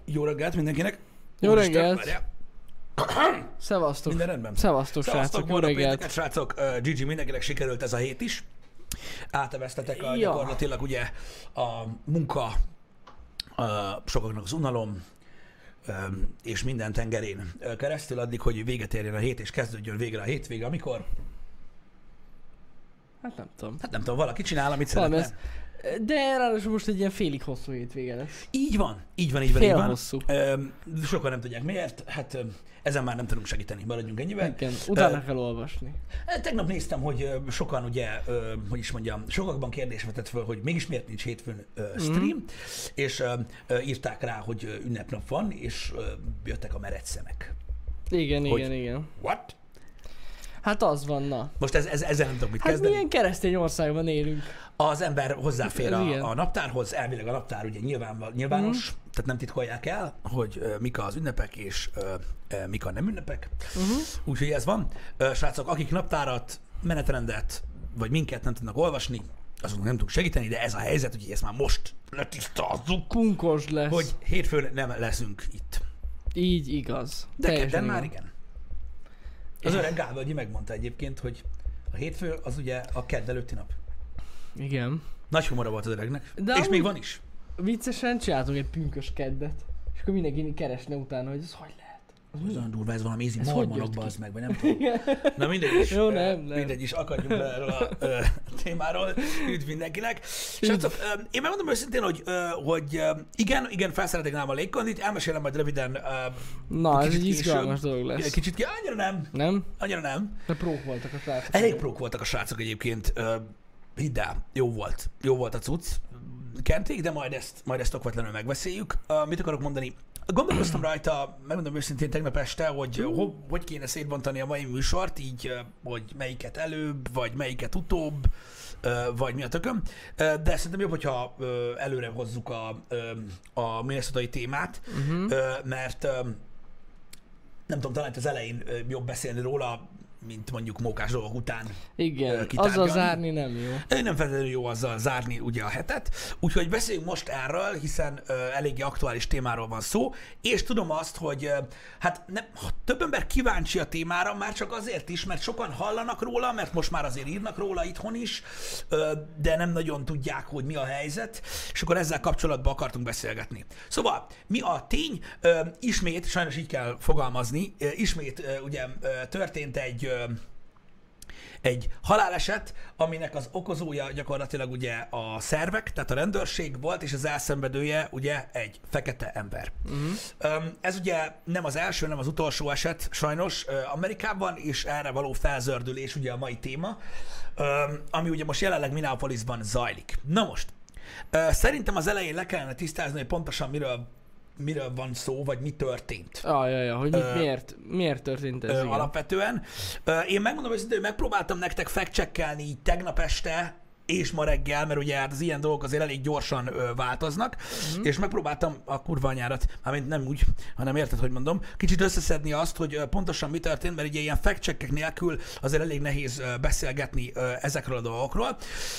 Jó reggelt mindenkinek. Jó reggelt. Várjál. Szevasztok. Minden rendben? Szevasztok, srácok. Jó reggelt. Pénteket, srácok. Gigi, mindenkinek sikerült ez a hét is. Áteveztetek gyakorlatilag ugye a munka, sokaknak az unalom, és minden tengerén keresztül, addig, hogy véget érjen a hét, és kezdődjön végre a hétvége, amikor? Hát nem tudom. Hát nem tudom, valaki csinál, amit szeretne. De ráadásul most egy ilyen félig hosszú hétvége lesz. Így van. Fél hosszú. Sokan nem tudják miért, hát ezen már nem tudunk segíteni, maradjunk ennyiben. Igen, utána kell olvasni. Tegnap néztem, hogy sokan ugye, hogy is mondjam, sokakban kérdés vetett föl, hogy mégis miért nincs hétfőn stream, és írták rá, hogy ünnepnap van, és jöttek a mered szemek. Igen. What? Hát az van, na. Most ezzel nem tudok mit Hát kezdeni. milyen keresztény országban élünk. Az ember hozzáfér a naptárhoz, elvileg a naptár ugye nyilvános, tehát nem titkolják el, hogy mik az ünnepek és mik a nem ünnepek. Úgyhogy ez van. Srácok, akik naptárat, menetrendet, vagy minket nem tudnak olvasni, azoknak nem tudunk segíteni, de ez a helyzet, hogy ezt már most letisztázzuk, Kunkos lesz. hogy hétfőn nem leszünk itt. Így igaz. De kedden már igen. Az öreg Gálvölgyi megmondta egyébként, hogy a hétfő az ugye a kedd előtti nap. Igen. Nagy humora volt az öregnek. De és még van is. Viccesen csináltunk egy pünkös keddet, és akkor mindenki keresne utána, hogy ez hogy lehet. Az olyan durva, ez valami ízi Ez mormonokba az meg, vagy nem tudom. Na mindegy is. Jó, nem. Mindegy is, akadjunk le erről a témáról. Üdv mindenkinek. Srácok, én megmondom őszintén, hogy igen, felszerelték nálam a légkondit, elmesélem majd röviden. Na, ez egy izgalmas dolog lesz. Kicsit annyira nem. Nem? Annyira nem. De prók voltak a srácok. Elég prók voltak a srácok egyébként. Hidd el, jó volt a cucc. Kenték, de majd ezt okvetlenül megbeszéljük. Mit akarok mondani? Gondolkoztam rajta, megmondom őszintén tegnap este, hogy kéne szétbontani a mai műsort, így, hogy melyiket előbb, vagy melyiket utóbb, vagy mi a tököm. De szerintem jobb, hogyha előre hozzuk a minnesotai témát, mert nem tudom, talán az elején jobb beszélni róla, mint mondjuk mókás dolgok után. Igen, azzal zárni nem jó. Nem feltétlenül jó azzal zárni ugye a hetet, úgyhogy beszéljünk most erről, hiszen eléggé aktuális témáról van szó, és tudom azt, hogy több ember kíváncsi a témára, már csak azért is, mert sokan hallanak róla, mert most már azért írnak róla itthon is, de nem nagyon tudják, hogy mi a helyzet, és akkor ezzel kapcsolatban akartunk beszélgetni. Szóval, mi a tény? Ismét, sajnos így kell fogalmazni, ugye történt egy haláleset, aminek az okozója gyakorlatilag ugye a szervek, tehát a rendőrség volt, és az elszenvedője ugye egy fekete ember. Ez ugye nem az első, nem az utolsó eset sajnos Amerikában, és erre való felzördülés ugye a mai téma, ami ugye most jelenleg Minneapolisban zajlik. Na most, szerintem az elején le kellene tisztázni, hogy pontosan miről van szó, vagy mi történt. Hogy miért történt ez? Alapvetően. Én megmondom őszintén, hogy megpróbáltam nektek fact-checkelni így tegnap este, és ma reggel, mert ugye hát az ilyen dolgok azért elég gyorsan változnak, és megpróbáltam a kurva anyárat, mármint nem úgy, hanem érted, hogy mondom, kicsit összeszedni azt, hogy pontosan mi történt, mert ugye ilyen fact-checkek nélkül azért elég nehéz beszélgetni ezekről a dolgokról.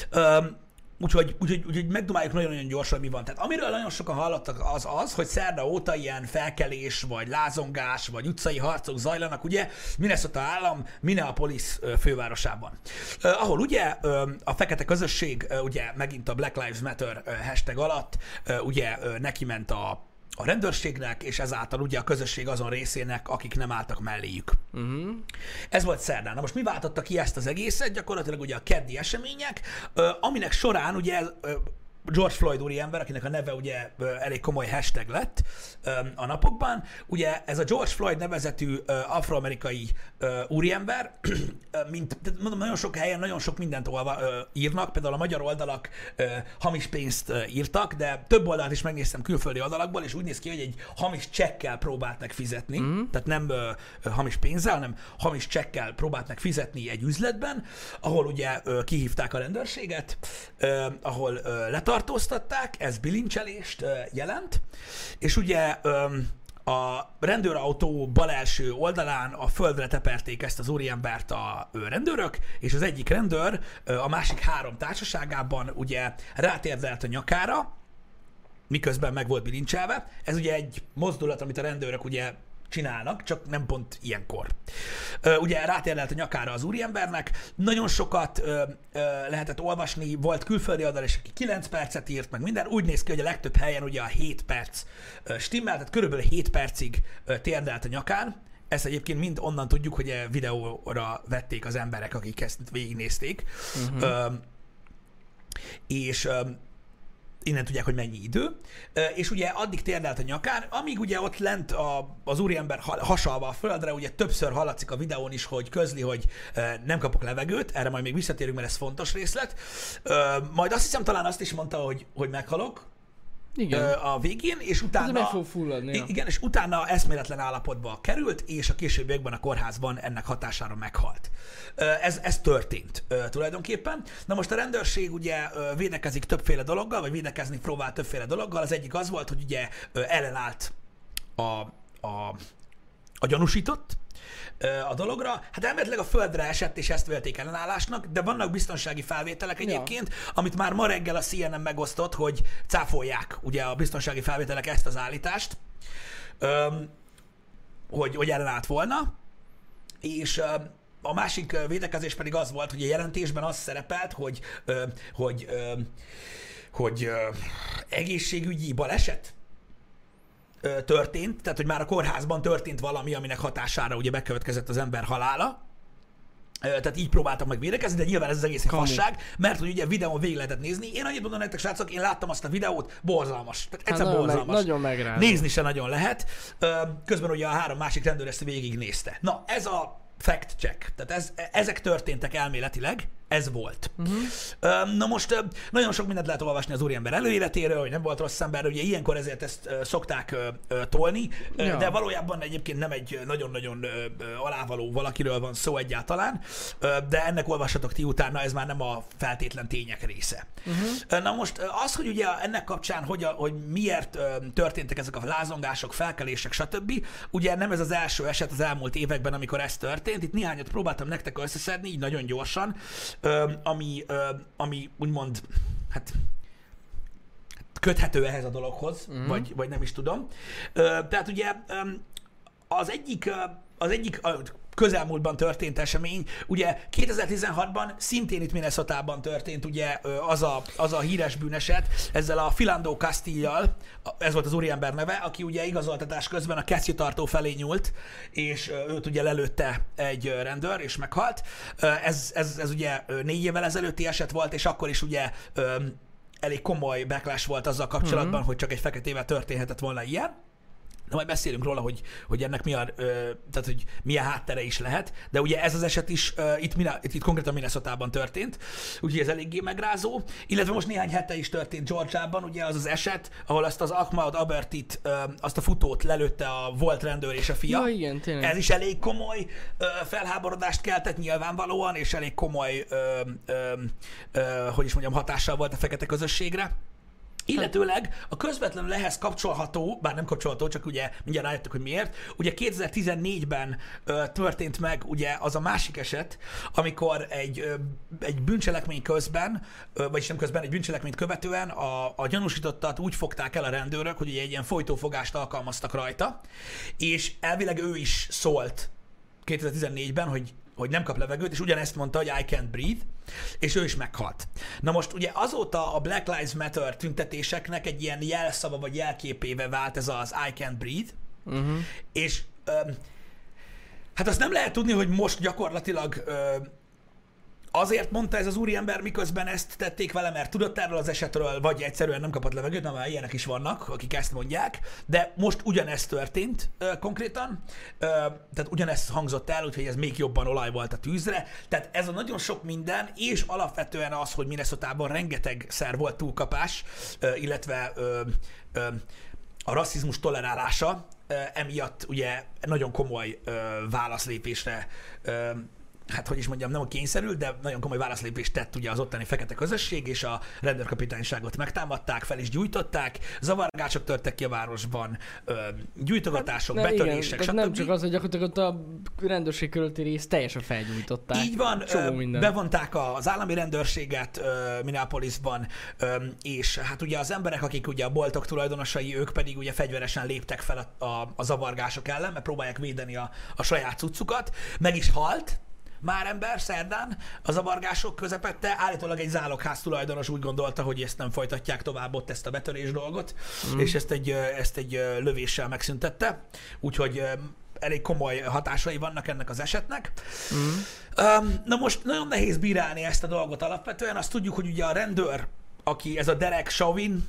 Úgyhogy megdumáljuk nagyon-nagyon gyorsan, mi van. Tehát amiről nagyon sokan hallottak az, hogy szerda óta ilyen felkelés, vagy lázongás, vagy utcai harcok zajlanak, ugye, Minnesota állam, Minneapolis fővárosában. Ahol ugye a fekete közösség, ugye megint a Black Lives Matter hashtag alatt, ugye neki ment a rendőrségnek, és ezáltal ugye a közösség azon részének, akik nem álltak melléjük. Ez volt szerdán. Na most mi váltotta ki ezt az egészet? Gyakorlatilag ugye a keddi események, aminek során ugye George Floyd úriember, akinek a neve ugye elég komoly hashtag lett a napokban. Ugye ez a George Floyd nevezetű afroamerikai úriember, mondom, nagyon sok helyen, nagyon sok mindent írnak, például a magyar oldalak hamis pénzt írtak, de több oldalt is megnéztem külföldi oldalakból, és úgy néz ki, hogy egy hamis csekkel próbált meg fizetni, tehát nem hamis pénzzel, hanem hamis csekkel próbált meg fizetni egy üzletben, ahol ugye kihívták a rendőrséget, ahol letartóztatták, ez bilincselést jelent, és ugye a rendőrautó bal első oldalán a földre teperték ezt az úriembert a rendőrök, és az egyik rendőr a másik három társaságában ugye rátérdelt a nyakára, miközben meg volt bilincselve. Ez ugye egy mozdulat, amit a rendőrök ugye csinálnak, csak nem pont ilyenkor. Ugye rátérlelt a nyakára az úriembernek, nagyon sokat lehetett olvasni, volt külföldi adás, aki 9 percet írt, meg minden. Úgy néz ki, hogy a legtöbb helyen ugye a 7 perc stimmel, tehát körülbelül 7 percig térdelt a nyakán. Ezt egyébként mind onnan tudjuk, hogy videóra vették az emberek, akik ezt végignézték. És innen tudják, hogy mennyi idő, és ugye addig térdelt a nyakán, amíg ugye ott lent az úriember hasalva a földre, ugye többször hallatszik a videón is, hogy közli, hogy nem kapok levegőt, erre majd még visszatérünk, mert ez fontos részlet. Majd azt hiszem talán azt is mondta, hogy meghalok, Igen. A végén, és utána... meg fog fulladni. Igen, és utána eszméletlen állapotba került, és a későbbiekben a kórházban ennek hatására meghalt. Ez történt tulajdonképpen. Na most a rendőrség ugye védekezik többféle dologgal, vagy védekezni próbál többféle dologgal. Az egyik az volt, hogy ugye ellenállt a gyanúsított a dologra. Hát elméletileg a földre esett, és ezt vélték ellenállásnak, de vannak biztonsági felvételek egyébként, amit már ma reggel a CNN megosztott, hogy cáfolják ugye a biztonsági felvételek ezt az állítást, hogy ellenállt volna, és a másik védekezés pedig az volt, hogy a jelentésben az szerepelt, hogy egészségügyi baleset történt, tehát hogy már a kórházban történt valami, aminek hatására ugye bekövetkezett az ember halála. Tehát így próbáltak meg védekezni, de nyilván ez az egész egy fasság, mert hogy ugye videón végig lehetett nézni. Én annyit mondom nektek, srácok, én láttam azt a videót, borzalmas. Tehát egyszer borzalmas. Nagyon megrázó. Nézni se nagyon lehet. Közben ugye a 3 másik rendőr ezt végignézte. Na, ez a fact check. Tehát ezek történtek elméletileg, ez volt. Na most nagyon sok mindent lehet olvasni az úriember előéletéről, hogy nem volt rossz ember, ugye ilyenkor ezért ezt szokták tolni, de valójában egyébként nem egy nagyon-nagyon alávaló valakiről van szó egyáltalán, de ennek olvassatok ti utána, ez már nem a feltétlen tények része. Na most az, hogy ugye ennek kapcsán, hogy miért történtek ezek a lázongások, felkelések, stb. Ugye nem ez az első eset az elmúlt években, amikor ez történt, itt néhányat próbáltam nektek összeszedni, így nagyon gyorsan, ami úgymond, hát köthető ehhez a dologhoz, vagy nem is tudom. Tehát ugye az egyik közelmúltban történt esemény, ugye 2016-ban szintén itt Minnesotában történt ugye az a híres bűneset, ezzel a Philando Castile-jal, ez volt az úriember neve, aki ugye igazoltatás közben a kesztyűtartó felé nyúlt, és őt ugye lelőtte egy rendőr, és meghalt. Ez ugye 4 évvel ezelőtti eset volt, és akkor is ugye elég komoly backlash volt azzal kapcsolatban, hogy csak egy feketével történhetett volna ilyen. Na, majd beszélünk róla, hogy ennek tehát, hogy milyen háttere is lehet, de ugye ez az eset is itt konkrétan Minnesotában történt, úgyhogy ez eléggé megrázó, illetve most néhány hete is történt Georgiában, ugye az eset, ahol azt az Ahmaud Arberyt, azt a futót lelőtte a volt rendőr és a fia. Ja, igen, tényleg. Ez is elég komoly felháborodást keltett nyilvánvalóan, és elég komoly, hogy is mondjam, hatással volt a fekete közösségre. Illetőleg a közvetlenül ehhez kapcsolható, bár nem kapcsolható, csak ugye mindjárt rájöttök, hogy miért, ugye 2014-ben történt meg ugye az a másik eset, amikor egy bűncselekmény közben, vagyis nem közben, egy bűncselekményt követően a gyanúsítottat úgy fogták el a rendőrök, hogy ugye egy ilyen folytófogást alkalmaztak rajta, és elvileg ő is szólt 2014-ben, hogy nem kap levegőt, és ugyanezt mondta, hogy I can't breathe, és ő is meghalt. Na most ugye azóta a Black Lives Matter tüntetéseknek egy ilyen jelszava vagy jelképévé vált ez az I can't breathe, és hát azt nem lehet tudni, hogy most gyakorlatilag azért mondta ez az úriember, miközben ezt tették vele, mert tudott erről az esetről, vagy egyszerűen nem kapott levegőt, na már ilyenek is vannak, akik ezt mondják, de most ugyanezt történt konkrétan, tehát ugyanezt hangzott el, úgyhogy ez még jobban olaj volt a tűzre, tehát ez a nagyon sok minden, és alapvetően az, hogy Minnesotában rengetegszer volt túlkapás, illetve a rasszizmus tolerálása, emiatt ugye nagyon komoly válaszlépésre hát hogy is mondjam, nem a kényszerült, de nagyon komoly válaszlépést tett ugye az ottani fekete közösség, és a rendőrkapitányságot megtámadták, fel is gyújtották, zavargások törtek ki a városban, gyújtogatások, betörések, igen, stb. Nem csak az, hogy gyakorlatilag ott a rendőrség körülötti részt teljesen felgyújtották. Így van, minden. bevonták az állami rendőrséget Minneapolisban, és hát ugye az emberek, akik ugye a boltok tulajdonosai, ők pedig ugye fegyveresen léptek fel a zavargások ellen, mert próbálják védeni a saját cuccukat. Meg is halt már ember szerdán a zavargások közepette. Állítólag egy zálogház tulajdonos úgy gondolta, hogy ezt nem folytatják tovább ott ezt a betörés dolgot, és ezt egy lövéssel megszüntette. Úgyhogy elég komoly hatásai vannak ennek az esetnek. Na most nagyon nehéz bírálni ezt a dolgot alapvetően. Azt tudjuk, hogy ugye a rendőr, aki ez a Derek Chauvin,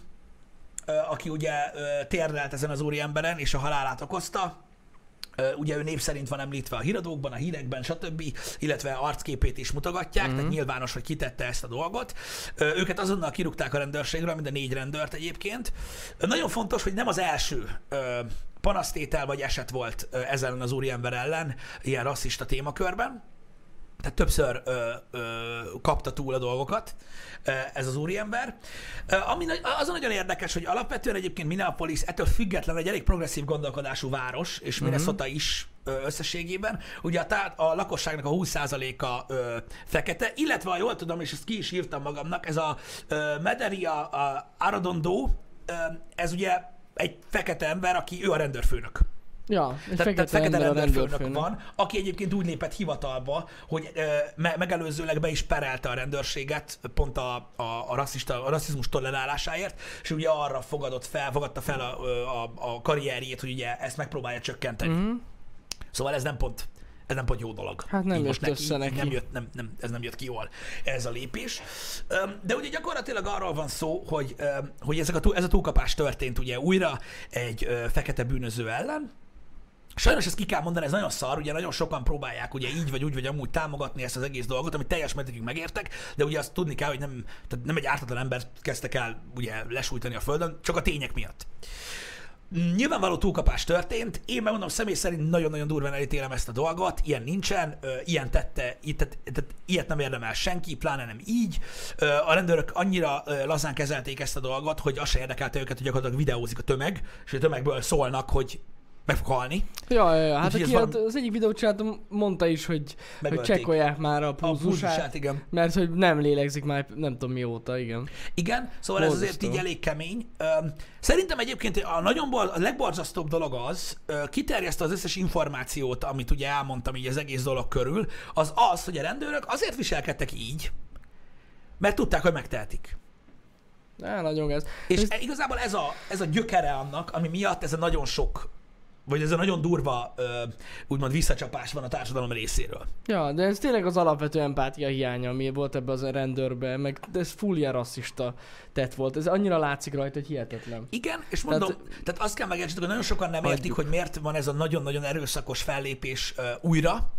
aki ugye térdelt ezen az úriemberen, és a halálát okozta, ugye ő név szerint van említve a híradókban, a hírekben, stb., illetve arcképét is mutogatják, tehát nyilvános, hogy kitette ezt a dolgot. Őket azonnal kirúgták a rendőrségről, mind a 4 rendőrt egyébként. Nagyon fontos, hogy nem az első panasztétel vagy eset volt ezen az úriember ellen, ilyen rasszista témakörben. Tehát többször kapta túl a dolgokat ez az úriember. Az a nagyon érdekes, hogy alapvetően egyébként Minneapolis ettől független egy elég progresszív gondolkodású város, és Minnesota is összességében. Ugye a lakosságnak a 20%-a fekete, illetve, ha jól tudom, és ezt ki is írtam magamnak, ez a Mederia Arradondo, ez ugye egy fekete ember, aki ő a rendőrfőnök. Ja, tehát fekete rendőrfőnök van, aki egyébként úgy lépett hivatalba, hogy megelőzőleg be is perelte a rendőrséget pont a rasszizmus tolerálásáért, és ugye arra fogadta fel a karrierjét, hogy ugye ezt megpróbálja csökkenteni. Szóval ez nem pont jó dolog. Hát nem jött össze neki. Ez nem jött ki jól, ez a lépés. De ugye gyakorlatilag arról van szó, hogy ez a túlkapás történt ugye újra egy fekete bűnöző ellen. Sajnos ezt ki kell mondani, ez nagyon szar, ugye nagyon sokan próbálják ugye így vagy úgy vagy amúgy támogatni ezt az egész dolgot, amit teljes mértékig megértek, de ugye azt tudni kell, hogy nem egy ártatlan embert kezdtek el ugye lesújtani a földön, csak a tények miatt. Nyilvánvaló túlkapás történt, én megmondom személy szerint nagyon-nagyon durván elítélem ezt a dolgot, ilyen nincsen, ilyet nem érdemel senki, pláne nem így. A rendőrök annyira lazán kezelték ezt a dolgot, hogy az se érdekelte őket, hogy gyakorlatilag videózik a tömeg, és a tömegből szólnak, hogy meg fog halni. Ja, hát aki az egyik videót csináltam, mondta is, hogy csekkolják már a pulzusát, igen. Mert hogy nem lélegzik már nem tudom mióta, igen. Igen, szóval ez azért így elég kemény. Szerintem egyébként a legborzasztóbb dolog az, kiterjesztve az összes információt, amit ugye elmondtam így az egész dolog körül, az, hogy a rendőrök azért viselkedtek így, mert tudták, hogy megtehetik. Nagyon ez. És igazából ez a gyökere annak, ami miatt ez a nagyon sok, vagy ez a nagyon durva, úgymond visszacsapás van a társadalom részéről. Ja, de ez tényleg az alapvető empátia hiánya, ami volt ebben az a rendőrben, meg ez full ilyen rasszista tett volt. Ez annyira látszik rajta, hogy hihetetlen. Igen, és mondom, tehát azt kell megérteni, hogy nagyon sokan nem értik, hogy miért van ez a nagyon-nagyon erőszakos fellépés újra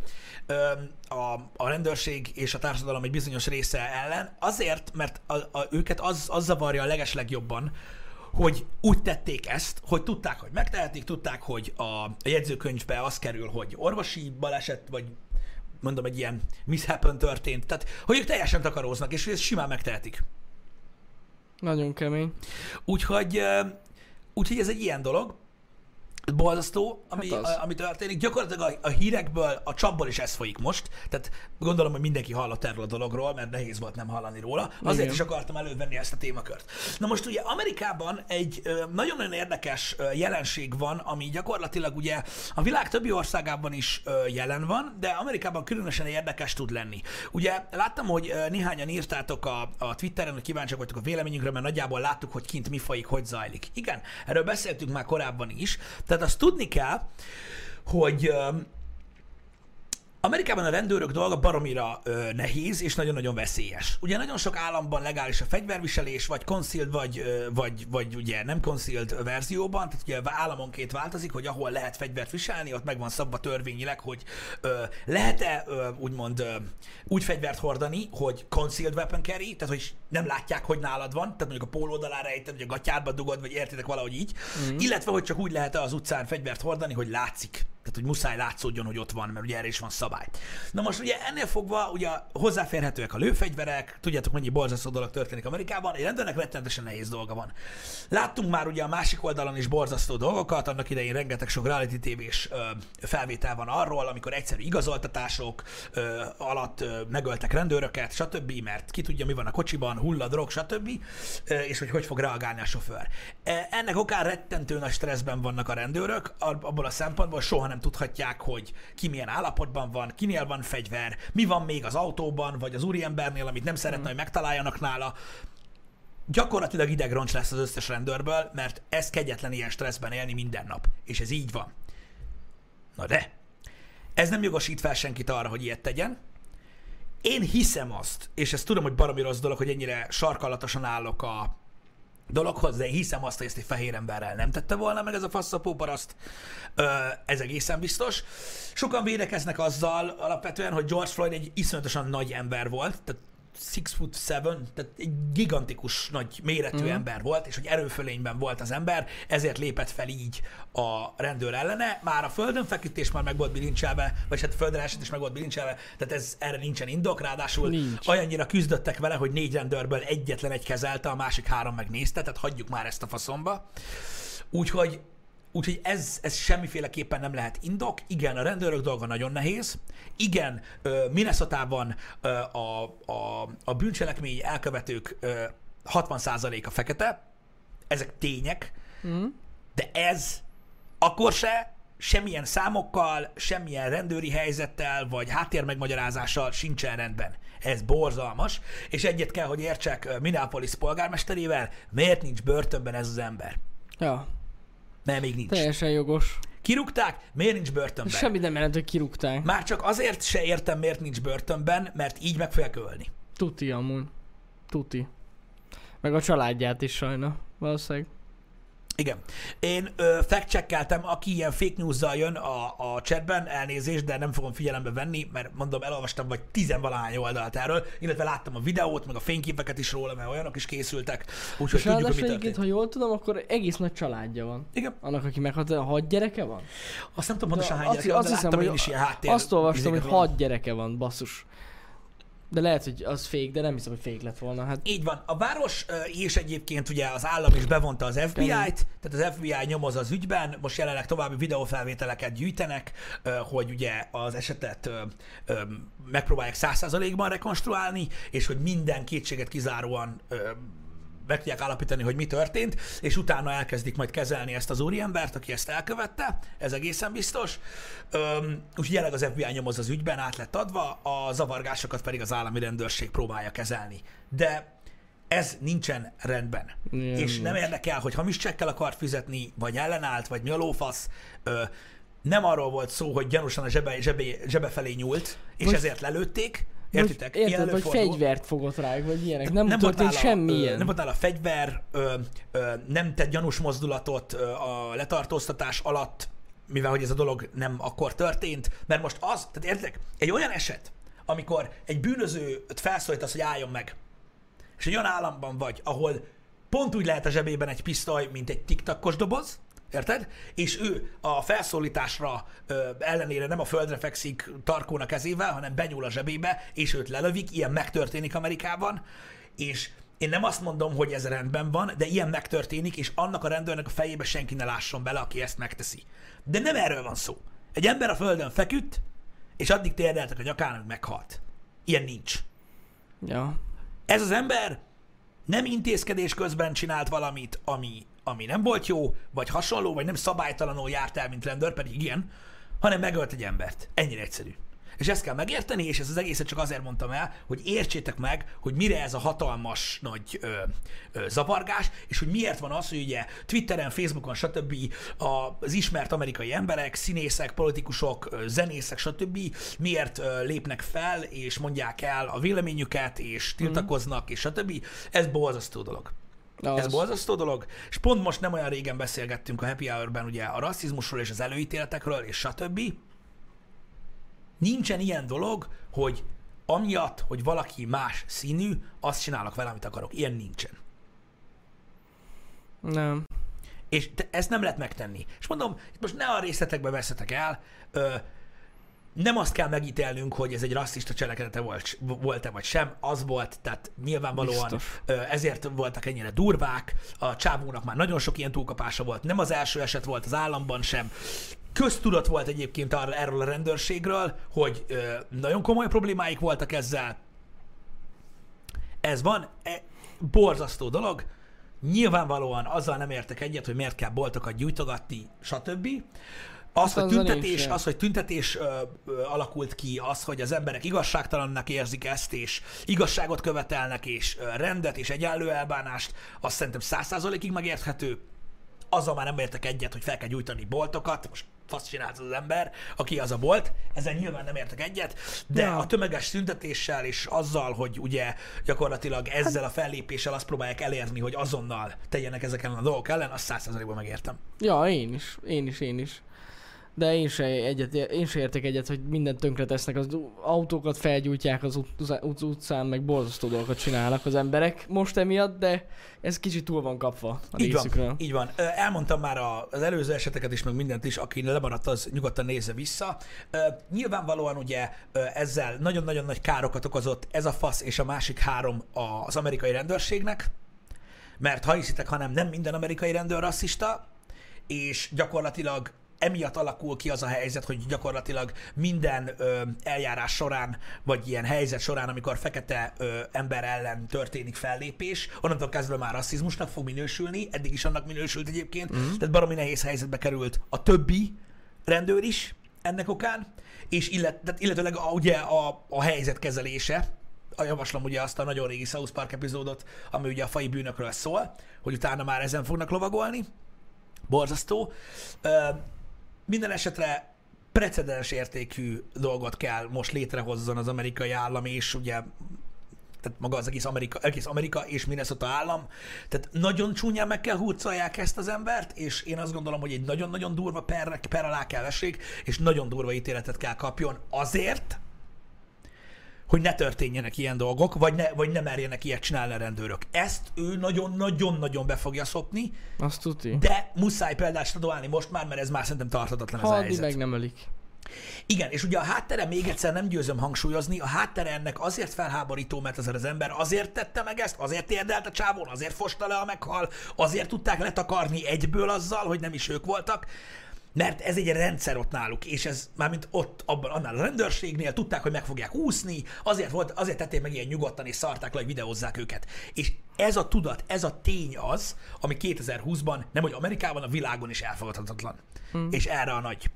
a rendőrség és a társadalom egy bizonyos része ellen. Azért, mert őket az zavarja a legeslegjobban, hogy úgy tették ezt, hogy tudták, hogy megtehetik, tudták, hogy a jegyzőkönyvbe az kerül, hogy orvosi baleset, vagy mondom, egy ilyen mishappen történt. Tehát, hogy ők teljesen takaróznak, és ezt simán megtehetik. Nagyon kemény. Úgyhogy ez egy ilyen dolog. Borzasztó, ami történik. Gyakorlatilag a hírekből, a csapból is ez folyik most. Tehát gondolom, hogy mindenki hallott erről a dologról, mert nehéz volt nem hallani róla. Azért igen. Is akartam elővenni ezt a témakört. Na most ugye Amerikában egy nagyon-nagyon érdekes jelenség van, ami gyakorlatilag ugye a világ többi országában is jelen van, de Amerikában különösen érdekes tud lenni. Ugye láttam, hogy néhányan írtátok a Twitteren, hogy kíváncsiak vagytok a véleményünkre, mert nagyjából láttuk, hogy kint mi folyik, hogy zajlik. Igen, erről beszéltünk már korábban is. Tehát azt tudni kell, hogy Amerikában a rendőrök dolga baromira nehéz és nagyon-nagyon veszélyes. Ugye nagyon sok államban legális a fegyverviselés, vagy concealed, vagy ugye nem concealed verzióban, tehát ugye államonként változik, hogy ahol lehet fegyvert viselni, ott meg van szabva törvényileg, hogy lehet-e úgymond úgy fegyvert hordani, hogy concealed weapon carry, tehát hogy nem látják, hogy nálad van, tehát mondjuk a pólód alá rejted, vagy a gatyádba dugod, vagy értitek valahogy így, illetve hogy csak úgy lehet az utcán fegyvert hordani, hogy látszik, Tehát, hogy muszáj látszódjon, hogy ott van, mert ugye erre is van szabály. Na most ugye ennél fogva ugye hozzáférhetőek a lőfegyverek, tudjátok, mennyi borzasztó dolog történik Amerikában, egy rendőrnek rettenetesen nehéz dolga van. Láttunk már ugye a másik oldalon is borzasztó dolgokat, annak idején rengeteg sok reality tévés felvétel van arról, amikor egyszerű igazoltatások alatt megöltek rendőröket, stb., mert ki tudja, mi van a kocsiban, hull a drog, stb., és hogy fog reagálni a sofőr. Ennek okán rettentő nagy stresszben vannak a rendőrök, abból a szempontból soha nem tudhatják, hogy ki milyen állapotban van, kinél van fegyver, mi van még az autóban, vagy az úriembernél, amit nem szeretne, hogy megtaláljanak nála. Gyakorlatilag idegroncs lesz az összes rendőrből, mert ez kegyetlen ilyen stresszben élni minden nap. És ez így van. Na de, ez nem jogosít fel senkit arra, hogy ilyet tegyen. Én hiszem azt, és ezt tudom, hogy baromi rossz dolog, hogy ennyire sarkallatosan állok a dologhoz, de én hiszem azt, hogy ezt egy fehér emberrel nem tette volna meg ez a faszapó paraszt. Ez egészen biztos. Sokan védekeznek azzal alapvetően, hogy George Floyd egy iszonyatosan nagy ember volt, tehát 6'7", tehát egy gigantikus nagy méretű ember volt, és hogy erőfölényben volt az ember, ezért lépett fel így a rendőr ellene. Már a földön feküdtés már meg volt bilincselve, vagy hát földre esett is meg volt bilincselve, tehát erre nincsen indok, ráadásul olyannyira küzdöttek vele, hogy 4 rendőrből egyetlen egy kezelte, a másik 3 megnézte, tehát hagyjuk már ezt a faszomba. Úgyhogy ez semmiféleképpen nem lehet indok. Igen, a rendőrök dolga nagyon nehéz. Igen, Minnesotában a bűncselekmény elkövetők 60%-a fekete. Ezek tények. De ez akkor se semmilyen számokkal, semmilyen rendőri helyzettel, vagy háttérmegmagyarázással sincsen rendben. Ez borzalmas, és egyet kell, hogy értsek Minneapolis polgármesterével, miért nincs börtönben ez az ember? Ja. Nem, még nincs. Teljesen jogos. Kirúgták? Miért nincs börtönben? Semmi nem jelent, hogy kirúgták. Már csak azért se értem, miért nincs börtönben, mert így meg fogják ölni. Tuti amúgy. Tuti. Meg a családját is sajna, valószínűleg. Igen. Én fact-checkeltem, aki ilyen fake news-zal jön a chatben, elnézést, de nem fogom figyelembe venni, mert mondom, elolvastam vagy 10-valahány oldalt erről, illetve láttam a videót, meg a fényképeket is róla, mert olyanok is készültek, úgyhogy tudjuk, hogy mi történt. Ha jól tudom, akkor egész nagy családja van. Igen. Annak, aki meghalt, 6 gyereke van? Azt nem tudom pontosan hány gyereke van, de láttam én is ilyen háttér. Azt olvastam, hogy 6 gyereke van, basszus. De lehet, hogy az fake, de nem hiszem, hogy fake lett volna. Hát... Így van. A város és egyébként ugye az állam is bevonta az FBI-t, tehát az FBI nyomoz az ügyben, most jelenleg további videófelvételeket gyűjtenek, hogy ugye az esetet megpróbálják 100%-ban rekonstruálni, és hogy minden kétséget kizáróan meg tudják állapítani, hogy mi történt, és utána elkezdik majd kezelni ezt az úriembert, aki ezt elkövette, ez egészen biztos. Úgyhogy jelenleg az FBI nyomoz az ügyben, át lett adva, a zavargásokat pedig az állami rendőrség próbálja kezelni. De ez nincsen rendben. És nem érdekel, hogy hamis csekkel akart fizetni, vagy ellenállt, vagy mi a lófasz. Nem arról volt szó, hogy gyanúsan a zsebe felé nyúlt, és ezért lelőtték. Értitek? Érted, vagy fegyvert fogott rájuk, vagy ilyenek. Nem történt semmi ilyen. Nem volt nála fegyver, nem tett gyanús mozdulatot a letartóztatás alatt, mivel hogy ez a dolog nem akkor történt, mert most az, tehát értitek, egy olyan eset, amikor egy bűnözőt felszólítasz, hogy álljon meg, és egy olyan államban vagy, ahol pont úgy lehet a zsebében egy pisztoly, mint egy tiktakos doboz, érted? És ő a felszólításra ellenére nem a földre fekszik tarkón a kezével, hanem benyúl a zsebébe, és őt lelövik, ilyen megtörténik Amerikában, és én nem azt mondom, hogy ez rendben van, de ilyen megtörténik, és annak a rendőrnek a fejébe senki ne lásson bele, aki ezt megteszi. De nem erről van szó. Egy ember a földön feküdt, és addig térdeltek a nyakán, hogy meghalt. Ilyen nincs. Ja. Ez az ember nem intézkedés közben csinált valamit, ami nem volt jó, vagy hasonló, vagy nem szabálytalanul járt el, mint rendőr, pedig igen, hanem megölt egy embert. Ennyire egyszerű. És ezt kell megérteni, és ezt az egészet csak azért mondtam el, hogy értsétek meg, hogy mire ez a hatalmas nagy zavargás, és hogy miért van az, hogy ugye Twitteren, Facebookon, stb. Az ismert amerikai emberek, színészek, politikusok, zenészek, stb. Miért lépnek fel, és mondják el a véleményüket, és tiltakoznak, és stb. Ez borzasztó dolog. Ez borzasztó dolog, és pont most nem olyan régen beszélgettünk a Happy Hour-ben ugye a rasszizmusról és az előítéletekről, és stb. Nincsen ilyen dolog, hogy amiatt, hogy valaki más színű, azt csinálok vele, amit akarok. Ilyen nincsen. Nem. És ezt nem lehet megtenni. És mondom, itt most ne a részletekbe veszetek el, nem azt kell megítélnünk, hogy ez egy rasszista cselekedete volt-e vagy sem, az volt, tehát nyilvánvalóan ezért voltak ennyire durvák, a csávónak már nagyon sok ilyen túlkapása volt, nem az első eset volt az államban sem. Köztudat volt egyébként erről a rendőrségről, hogy nagyon komoly problémáik voltak ezzel. Ez van, borzasztó dolog. Nyilvánvalóan azzal nem értek egyet, hogy miért kell boltokat gyújtogatni, stb. Az, hogy tüntetés alakult ki, az, hogy az emberek igazságtalannak érzik ezt, és igazságot követelnek, és rendet, és egyenlő elbánást, azt szerintem 100%-ig megérthető. Azzal már nem értek egyet, hogy fel kell gyújtani boltokat, most fasz csinálsz az ember, aki az a bolt, ezzel nyilván nem értek egyet, de a tömeges tüntetéssel és azzal, hogy ugye gyakorlatilag ezzel a fellépéssel azt próbálják elérni, hogy azonnal tegyenek ezeken a dolgok ellen, azt 100%-ban megértem. Ja, én is. De én se értek egyet, hogy mindent tönkre tesznek, az autókat felgyújtják az utcán, meg borzasztó dolgokat csinálnak az emberek most emiatt, de ez kicsit túl van kapva a részükről. Így van. Elmondtam már az előző eseteket is, meg mindent is, aki lemaradt, az nyugodtan nézze vissza. Nyilvánvalóan ugye ezzel nagyon-nagyon nagy károkat okozott ez a fasz és a másik 3 az amerikai rendőrségnek, mert ha hiszitek, hanem nem minden amerikai rendőr rasszista, és gyakorlatilag emiatt alakul ki az a helyzet, hogy gyakorlatilag minden eljárás során, vagy ilyen helyzet során, amikor fekete ember ellen történik fellépés, onnantól kezdve már rasszizmusnak fog minősülni, eddig is annak minősült egyébként, tehát baromi nehéz helyzetbe került a többi rendőr is ennek okán, és illetőleg ugye a helyzet kezelése, javaslom ugye azt a nagyon régi South Park epizódot, ami ugye a faji bűnökről szól, hogy utána már ezen fognak lovagolni. Borzasztó. Minden esetre precedens értékű dolgot kell most létrehozzon az amerikai állam, és ugye tehát maga az egész Amerika és Minnesota állam. Tehát nagyon csúnyán meg kell hurcolják ezt az embert, és én azt gondolom, hogy egy nagyon-nagyon durva per alá kell vessék, és nagyon durva ítéletet kell kapjon azért, hogy ne történjenek ilyen dolgok, vagy ne merjenek ilyet csinálni a rendőrök. Ezt ő nagyon-nagyon-nagyon be fogja szopni, azt tudni. De muszáj példát statuálni most már, mert ez már szerintem tarthatatlan ez a helyzet. Meg nem ölik. Igen, és ugye a háttere, még egyszer nem győzöm hangsúlyozni, a háttere ennek azért felháborító, mert az ember azért tette meg ezt, azért térdelt a csávón, azért fosta le a meghal, azért tudták letakarni egyből azzal, hogy nem is ők voltak, mert ez egy rendszer ott náluk, és ez mármint ott, annál a rendőrségnél tudták, hogy meg fogják úszni, azért tették meg ilyen nyugodtan, és szarták le, hogy videózzák őket. És ez a tudat, ez a tény az, ami 2020-ban, nemhogy Amerikában, a világon is elfogadhatatlan. És erre a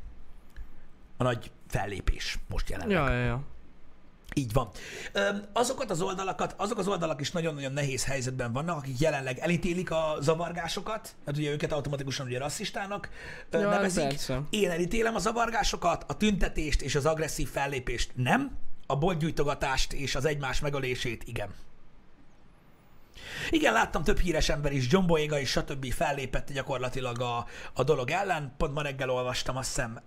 nagy fellépés most jelenleg. Ja. Így van. Azok az oldalak is nagyon-nagyon nehéz helyzetben vannak, akik jelenleg elítélik a zavargásokat, hát ugye őket automatikusan ugye rasszistának nevezik. Persze. Én elítélem a zavargásokat, a tüntetést és az agresszív fellépést nem, a boltgyújtogatást és az egymás megölését igen. Igen, láttam több híres ember is, John Boyega és stb. Fellépett gyakorlatilag a dolog ellen. Pont ma reggel olvastam, azt hiszem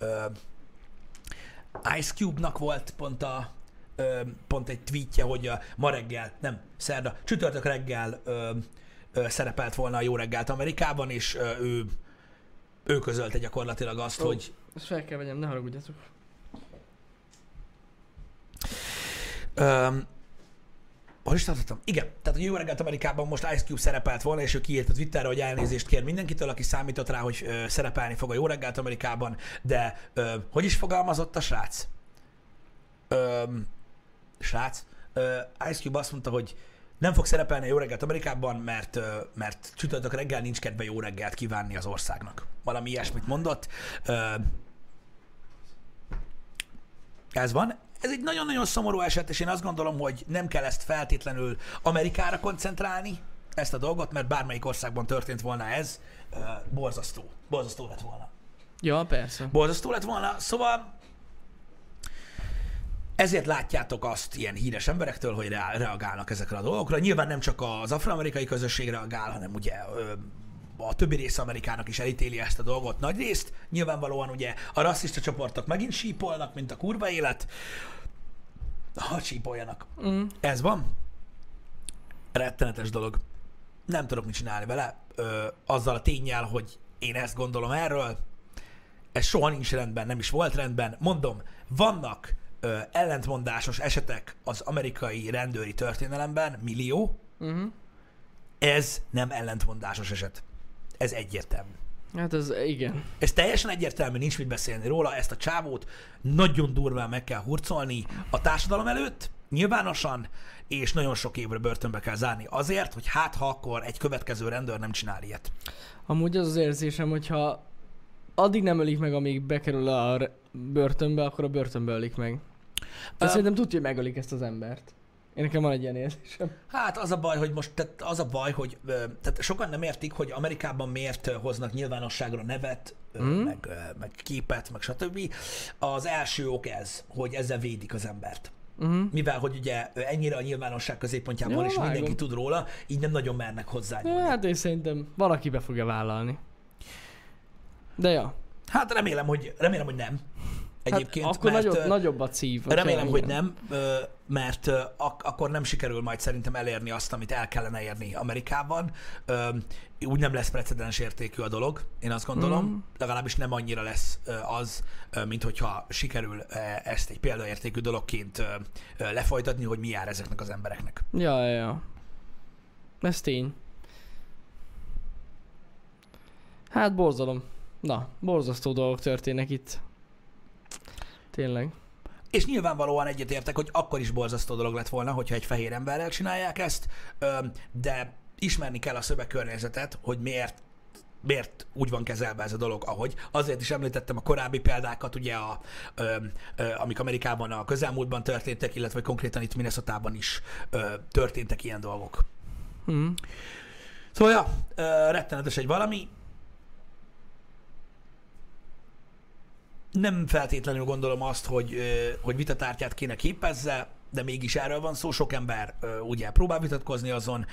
Ice Cube-nak volt pont egy tweetje, hogy ma reggel, nem, csütörtök reggel szerepelt volna a Jó reggelt Amerikában, és ő közölte gyakorlatilag azt, hogy... Ezt fel kell vegyem, ne haragudjatok. Hol is tartottam? Igen, tehát a Jó reggelt Amerikában most Ice Cube szerepelt volna, és ő kiírt a Twitterre, hogy elnézést kér mindenkitől, aki számított rá, hogy szerepelni fog a Jó reggelt Amerikában, de hogy is fogalmazott a srác? Ice Cube azt mondta, hogy nem fog szerepelni a Jó reggelt Amerikában, mert csütörtök reggel nincs kedve jó reggelt kívánni az országnak. Valami ilyesmit mondott. Ez van. Ez egy nagyon-nagyon szomorú eset, és én azt gondolom, hogy nem kell ezt feltétlenül Amerikára koncentrálni, ezt a dolgot, mert bármelyik országban történt volna ez, borzasztó. Borzasztó lett volna. Ja, persze. Borzasztó lett volna. Szóval ezért látjátok azt ilyen híres emberektől, hogy reagálnak ezekre a dolgokra. Nyilván nem csak az afroamerikai közösség reagál, hanem ugye a többi része Amerikának is elítéli ezt a dolgot nagy részt. Nyilvánvalóan ugye a rasszista csoportok megint sípolnak, mint a kurva élet. Ha sípoljanak. Ez van. Rettenetes dolog. Nem tudok mit csinálni vele, azzal a ténnyel, hogy én ezt gondolom erről. Ez soha nincs rendben, nem is volt rendben. Mondom, vannak ellentmondásos esetek az amerikai rendőri történelemben, millió. Ez nem ellentmondásos eset. Ez egyértelmű. Hát ez igen. Ez teljesen egyértelmű, nincs mit beszélni róla. Ezt a csávót nagyon durván meg kell hurcolni a társadalom előtt, nyilvánosan, és nagyon sok évre börtönbe kell zárni azért, hogy ha akkor egy következő rendőr nem csinál ilyet. Amúgy az érzésem, hogyha addig nem ölik meg, amíg bekerül a börtönbe, akkor a börtönbe ölik meg. Tehát szerintem tudja, hogy megölik ezt az embert. Én nekem van egy ilyen érzésem. Hát az a baj, hogy most, tehát sokan nem értik, hogy Amerikában miért hoznak nyilvánosságra nevet, meg képet, meg stb. Az első ok ez, hogy ezzel védik az embert. Mivel, hogy ugye ennyire a nyilvánosság középpontjában van, és mindenki tud róla, így nem nagyon mernek hozzá. Hát én szerintem valaki be fogja vállalni. De ja. Hát remélem, hogy nem. Egyébként, hát akkor nagyobb a szív. Remélem, hogy nem, mert akkor nem sikerül majd szerintem elérni azt, amit el kellene érni Amerikában. Úgy nem lesz precedens értékű a dolog, én azt gondolom. Legalábbis nem annyira lesz az, mint hogyha sikerül ezt egy példaértékű dologként lefolytatni, hogy mi jár ezeknek az embereknek. Ja. Ez tény. Hát borzalom. Na, borzasztó dolgok történnek itt. Tényleg. És nyilvánvalóan egyetértek, hogy akkor is borzasztó dolog lett volna, hogyha egy fehér emberrel csinálják ezt, de ismerni kell a szövegkörnyezetet, hogy miért úgy van kezelve ez a dolog, ahogy. Azért is említettem a korábbi példákat, ugye, amik Amerikában a közelmúltban történtek, illetve konkrétan itt Minnesotában is történtek ilyen dolgok. Szóval, ja, rettenetes egy valami. Nem feltétlenül gondolom azt, hogy vitatárgyát kéne képezze, de mégis erről van szó. Sok ember ugye próbál vitatkozni azon.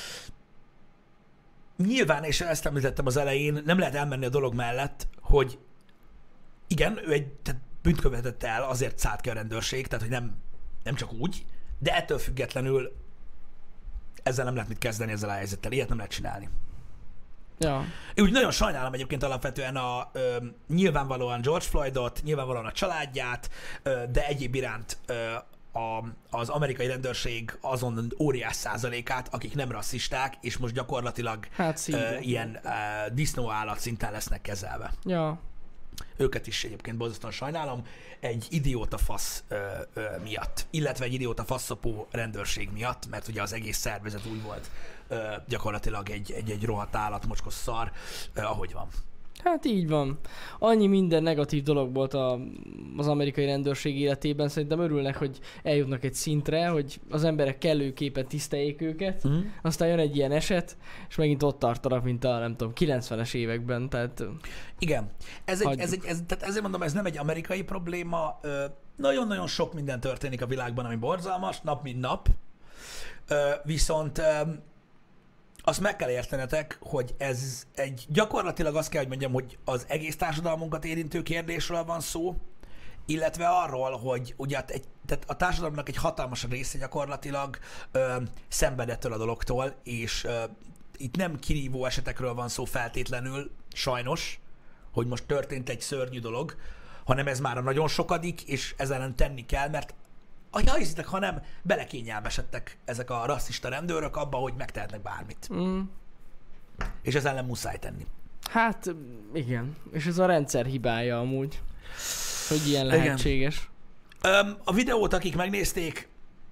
Nyilván, és ezt említettem az elején, nem lehet elmenni a dolog mellett, hogy igen, ő egy bűnt követett el, azért szállt ki a rendőrség, tehát hogy nem csak úgy, de ettől függetlenül ezzel nem lehet mit kezdeni, ezzel a helyzettel. Ilyet nem lehet csinálni. Ja. Én úgy nagyon sajnálom egyébként alapvetően nyilvánvalóan George Floydot, nyilvánvalóan a családját, de egyéb iránt az amerikai rendőrség azon óriás százalékát, akik nem rasszisták, és most gyakorlatilag ilyen disznóállat szinten lesznek kezelve. Ja. Őket is egyébként borzasztóan sajnálom, egy idióta fasz miatt, illetve egy idióta faszopó rendőrség miatt, mert ugye az egész szervezet úgy volt gyakorlatilag egy rohadt állat, mocskos szar, ahogy van. Hát így van. Annyi minden negatív dolog volt az amerikai rendőrség életében. Szerintem örülnek, hogy eljutnak egy szintre, hogy az emberek kellőképpen tiszteljék őket. Aztán jön egy ilyen eset, és megint ott tartanak, mint a, nem tudom, 90-es években. Tehát igen. Tehát ezért mondom, ez nem egy amerikai probléma. Nagyon-nagyon sok minden történik a világban, ami borzalmas, nap mint nap. Viszont azt meg kell értenetek, hogy ez gyakorlatilag azt kell, hogy mondjam, hogy az egész társadalmunkat érintő kérdésről van szó, illetve arról, hogy ugye tehát a társadalomnak egy hatalmas része gyakorlatilag szenved ettől a dologtól, és itt nem kirívó esetekről van szó feltétlenül, sajnos, hogy most történt egy szörnyű dolog, hanem ez már a nagyon sokadik, és ezzel ellen tenni kell, mert ha hiszitek, ha nem, belekényelmesedtek ezek a rasszista rendőrök abba, hogy megtehetnek bármit. És ez ellen muszáj tenni. Hát igen, és ez a rendszer hibája amúgy, hogy ilyen lehetséges. A videót, akik megnézték,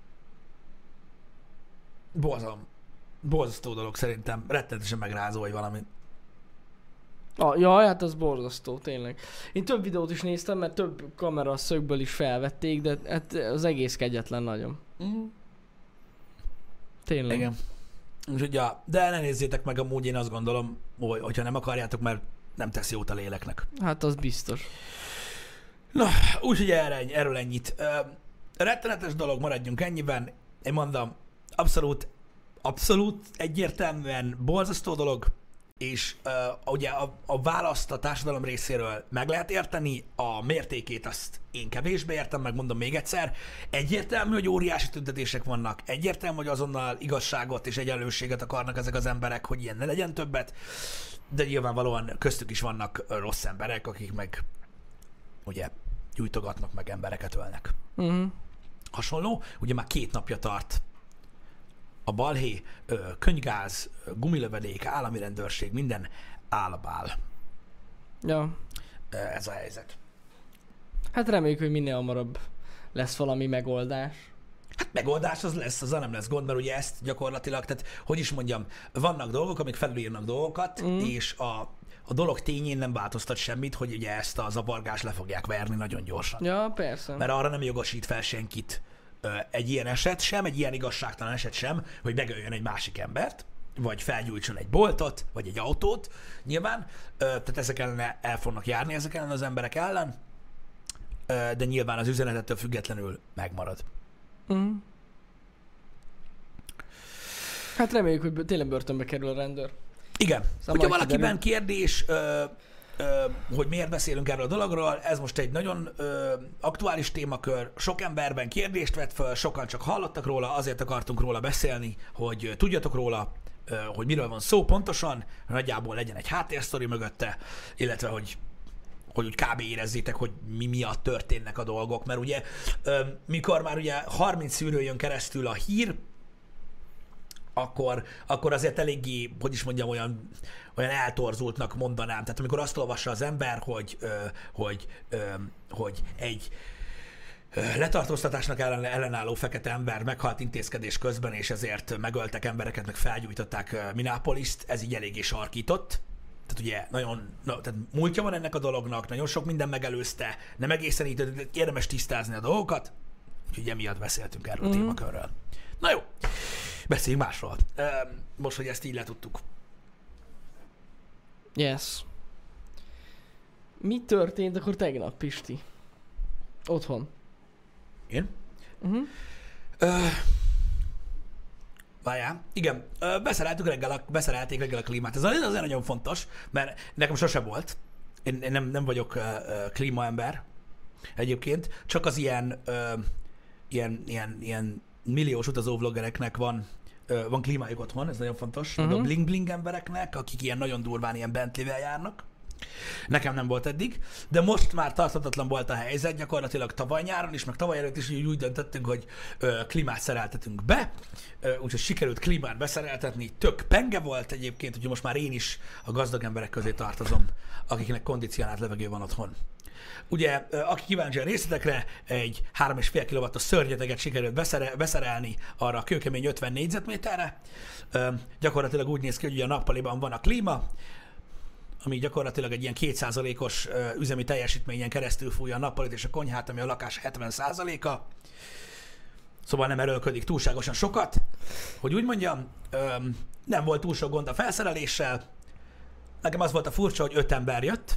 borzasztó dolog szerintem, rettenetesen megrázó, vagy valami. Jaj, hát az borzasztó, tényleg. Én több videót is néztem, mert több kamera szögből is felvették, de hát az egész kegyetlen nagyon. Tényleg. Igen. Úgyhogy ja, de ne nézzétek meg amúgy, én azt gondolom, hogyha nem akarjátok, mert nem tesz jót a léleknek. Hát az biztos. Na, úgyhogy erről ennyit. Rettenetes dolog, maradjunk ennyiben. Én mondom, abszolút egyértelműen borzasztó dolog, és ugye a választ a társadalom részéről meg lehet érteni, a mértékét azt én kevésbé értem, megmondom még egyszer. Egyértelmű, hogy óriási tüntetések vannak, egyértelmű, hogy azonnal igazságot és egyenlőséget akarnak ezek az emberek, hogy ilyen ne legyen többet, de nyilvánvalóan köztük is vannak rossz emberek, akik meg ugye gyújtogatnak, meg embereket ölnek. Hasonló, ugye már 2 napja tart a balhé, könygáz, gumilövedék, állami rendőrség, minden állabál. Ja. Ez a helyzet. Hát reméljük, hogy minél hamarabb lesz valami megoldás. Hát megoldás az lesz, azzal nem lesz gond, mert ugye ezt gyakorlatilag, tehát hogy is mondjam, vannak dolgok, amik felülírnak dolgokat, és a dolog tényén nem változtat semmit, hogy ugye ezt a zavargást le fogják verni nagyon gyorsan. Ja, persze. Mert arra nem jogosít fel senkit egy ilyen eset sem, egy ilyen igazságtalan eset sem, hogy megöljön egy másik embert, vagy felgyújtson egy boltot, vagy egy autót, nyilván. Tehát ezek ellen el fognak járni, ezek ellen az emberek ellen, de nyilván az üzenetettől függetlenül megmarad. Hát reméljük, hogy tényleg börtönbe kerül a rendőr. Igen. Szóval hogyha valakiben kérdés, hogy miért beszélünk erről a dologról, ez most egy nagyon aktuális témakör, sok emberben kérdést vett föl, sokan csak hallottak róla, azért akartunk róla beszélni, hogy tudjatok róla, hogy miről van szó pontosan, nagyjából legyen egy háttérsztori mögötte, illetve hogy úgy kb. Érezzétek, hogy mi miatt történnek a dolgok, mert ugye mikor már ugye 30 szűrőn jön keresztül a hír, akkor azért eléggé, hogy is mondjam, olyan eltorzultnak mondanám. Tehát amikor azt olvassa az ember, hogy egy letartóztatásnak ellenálló fekete ember meghalt intézkedés közben, és ezért megöltek embereket, meg felgyújtották Minneapolis-t, ez így eléggé sarkított. Tehát ugye tehát múltja van ennek a dolognak, nagyon sok minden megelőzte, nem egészen így, érdemes tisztázni a dolgokat, úgyhogy emiatt beszéltünk erről a témakörről. Na jó, beszéljünk másról. Most, hogy ezt így letudtuk. Yes. Mi történt akkor tegnap, Pisti? Otthon. Én? Várjál. Igen, beszerelték reggel a klímát. Ez azért nagyon fontos, mert nekem sose volt. Én nem vagyok klímaember egyébként, csak az ilyen milliós utazóvloggereknek van klímájuk otthon, ez nagyon fontos. A bling-bling embereknek, akik ilyen nagyon durván ilyen Bentley-vel járnak. Nekem nem volt eddig, de most már tarthatatlan volt a helyzet, gyakorlatilag tavaly nyáron is, meg tavaly előtt is úgy döntöttünk, hogy klímát szereltetünk be, úgyhogy sikerült klímát beszereltetni, tök penge volt egyébként, úgyhogy most már én is a gazdag emberek közé tartozom, akiknek kondicionált levegő van otthon. Ugye, aki kíváncsi a részletekre, egy 3,5 kW-os szörnyeteget sikerült beszerelni arra a kőkemény 50 négyzetméterre. Gyakorlatilag úgy néz ki, hogy a nappaliban van a klíma, ami gyakorlatilag egy ilyen 2%-os üzemi teljesítményen keresztül fújja a nappalit és a konyhát, ami a lakás 70%-a. Szóval nem erőlködik túlságosan sokat. Hogy úgy mondjam, nem volt túl sok gond a felszereléssel. Nekem az volt a furcsa, hogy 5 ember jött.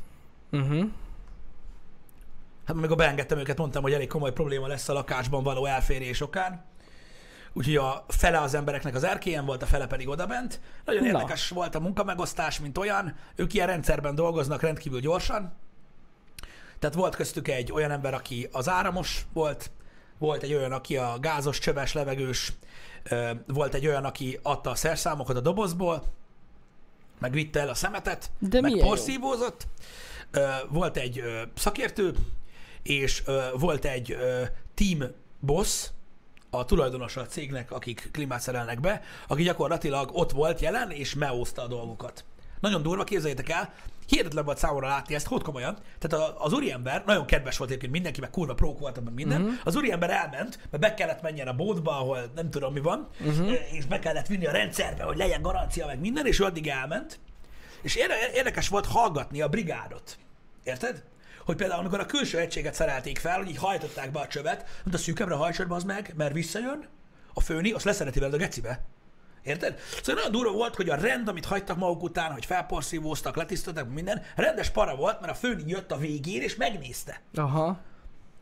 Hát amikor beengedtem őket, mondtam, hogy elég komoly probléma lesz a lakásban való elférés okán. Úgyhogy a fele az embereknek az erkélyen volt, a fele pedig odabent. Nagyon érdekes volt a munkamegosztás, mint olyan. Ők ilyen rendszerben dolgoznak rendkívül gyorsan. Tehát volt köztük egy olyan ember, aki az áramos volt egy olyan, aki a gázos, csöves, levegős, volt egy olyan, aki adta a szerszámokat a dobozból, meg vitte el a szemetet, meg porszívózott. Volt egy szakértő, és volt egy team boss, a tulajdonosa a cégnek, akik klímát szerelnek be, aki gyakorlatilag ott volt jelen, és meózta a dolgokat. Nagyon durva, képzeljétek el, hihetetlen volt számomra látni ezt, hogy komolyan. Tehát az úriember, nagyon kedves volt egyébként mindenki, meg kurva prók voltak, meg minden. Az úriember elment, mert be kellett menjen a boltba, ahol nem tudom mi van, és be kellett vinni a rendszerbe, hogy legyen garancia, meg minden, és ő addig elment. És érdekes volt hallgatni a brigádot. Érted? Hogy például amikor a külső egységet szerelték fel, hogy így hajtották be a csövet, mondta, szűkebbre hajtsad az meg, mert visszajön a főni, azt leszereti veled a gecibe. Érted? Szóval nagyon durva volt, hogy a rend, amit hagytak maguk után, hogy felporszívóztak, letisztoltak, minden, rendes para volt, mert a főni jött a végén, és megnézte. Aha.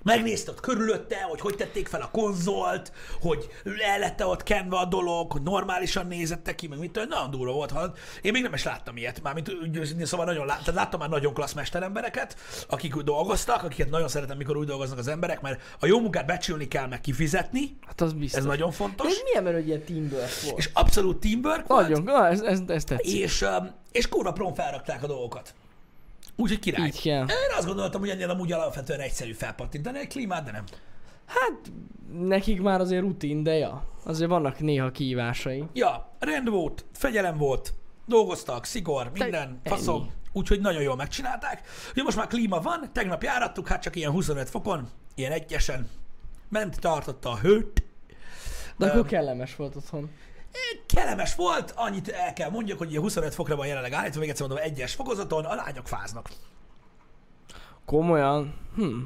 Megnézte ott körülötte, hogy tették fel a konzolt, hogy el lett ott kenve a dolog, hogy normálisan nézettek ki, meg mit tudom, nagyon durva volt. Hallod. Én még nem is láttam ilyet, mármint úgy őszintén, szóval tehát láttam már nagyon klassz mesterembereket, akik úgy dolgoztak, akiket nagyon szeretem, mikor úgy dolgoznak az emberek, mert a jó munkát becsülni kell, meg kifizetni. Hát az biztos. Ez nagyon fontos. Ez milyen menő, hogy ilyen teamwork volt. És abszolút teamwork volt. Nagyon, ez tetszik. És kurva prón felrakták a dolgokat. Úgyhogy király. Így kell. Én azt gondoltam, hogy ennél amúgy alapvetően egyszerű felpattintani egy klímát, de nem. Hát, nekik már azért rutin, de ja. Azért vannak néha kihívásai. Ja, rend volt, fegyelem volt, dolgoztak, szigor, minden, faszom. Úgyhogy nagyon jól megcsinálták. Ugye most már klíma van, tegnap járattuk, hát csak ilyen 25 fokon, ilyen egyesen. Ment, tartotta a hőt. De akkor kellemes volt otthon. Kellemes volt, annyit el kell mondjak, hogy 25 fokra van jelenleg állítva, még egyszer mondom, egyes fokozaton, a lányok fáznak. Komolyan?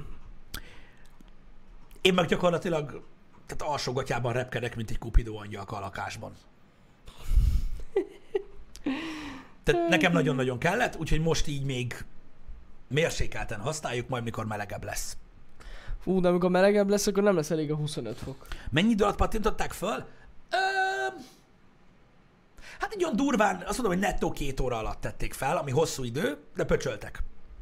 Én meg gyakorlatilag, tehát alsógatjában repkedek, mint egy kupidó angyalka a lakásban. Tehát nekem nagyon-nagyon kellett, úgyhogy most így még mérsékelten használjuk, majd mikor melegebb lesz. Fú, de amikor melegebb lesz, akkor nem lesz elég a 25 fok. Mennyi idő alatt pattintották föl? Hát egy olyan durván, azt mondom, hogy nettó 2 óra alatt tették fel, ami hosszú idő, de pöcsöltek.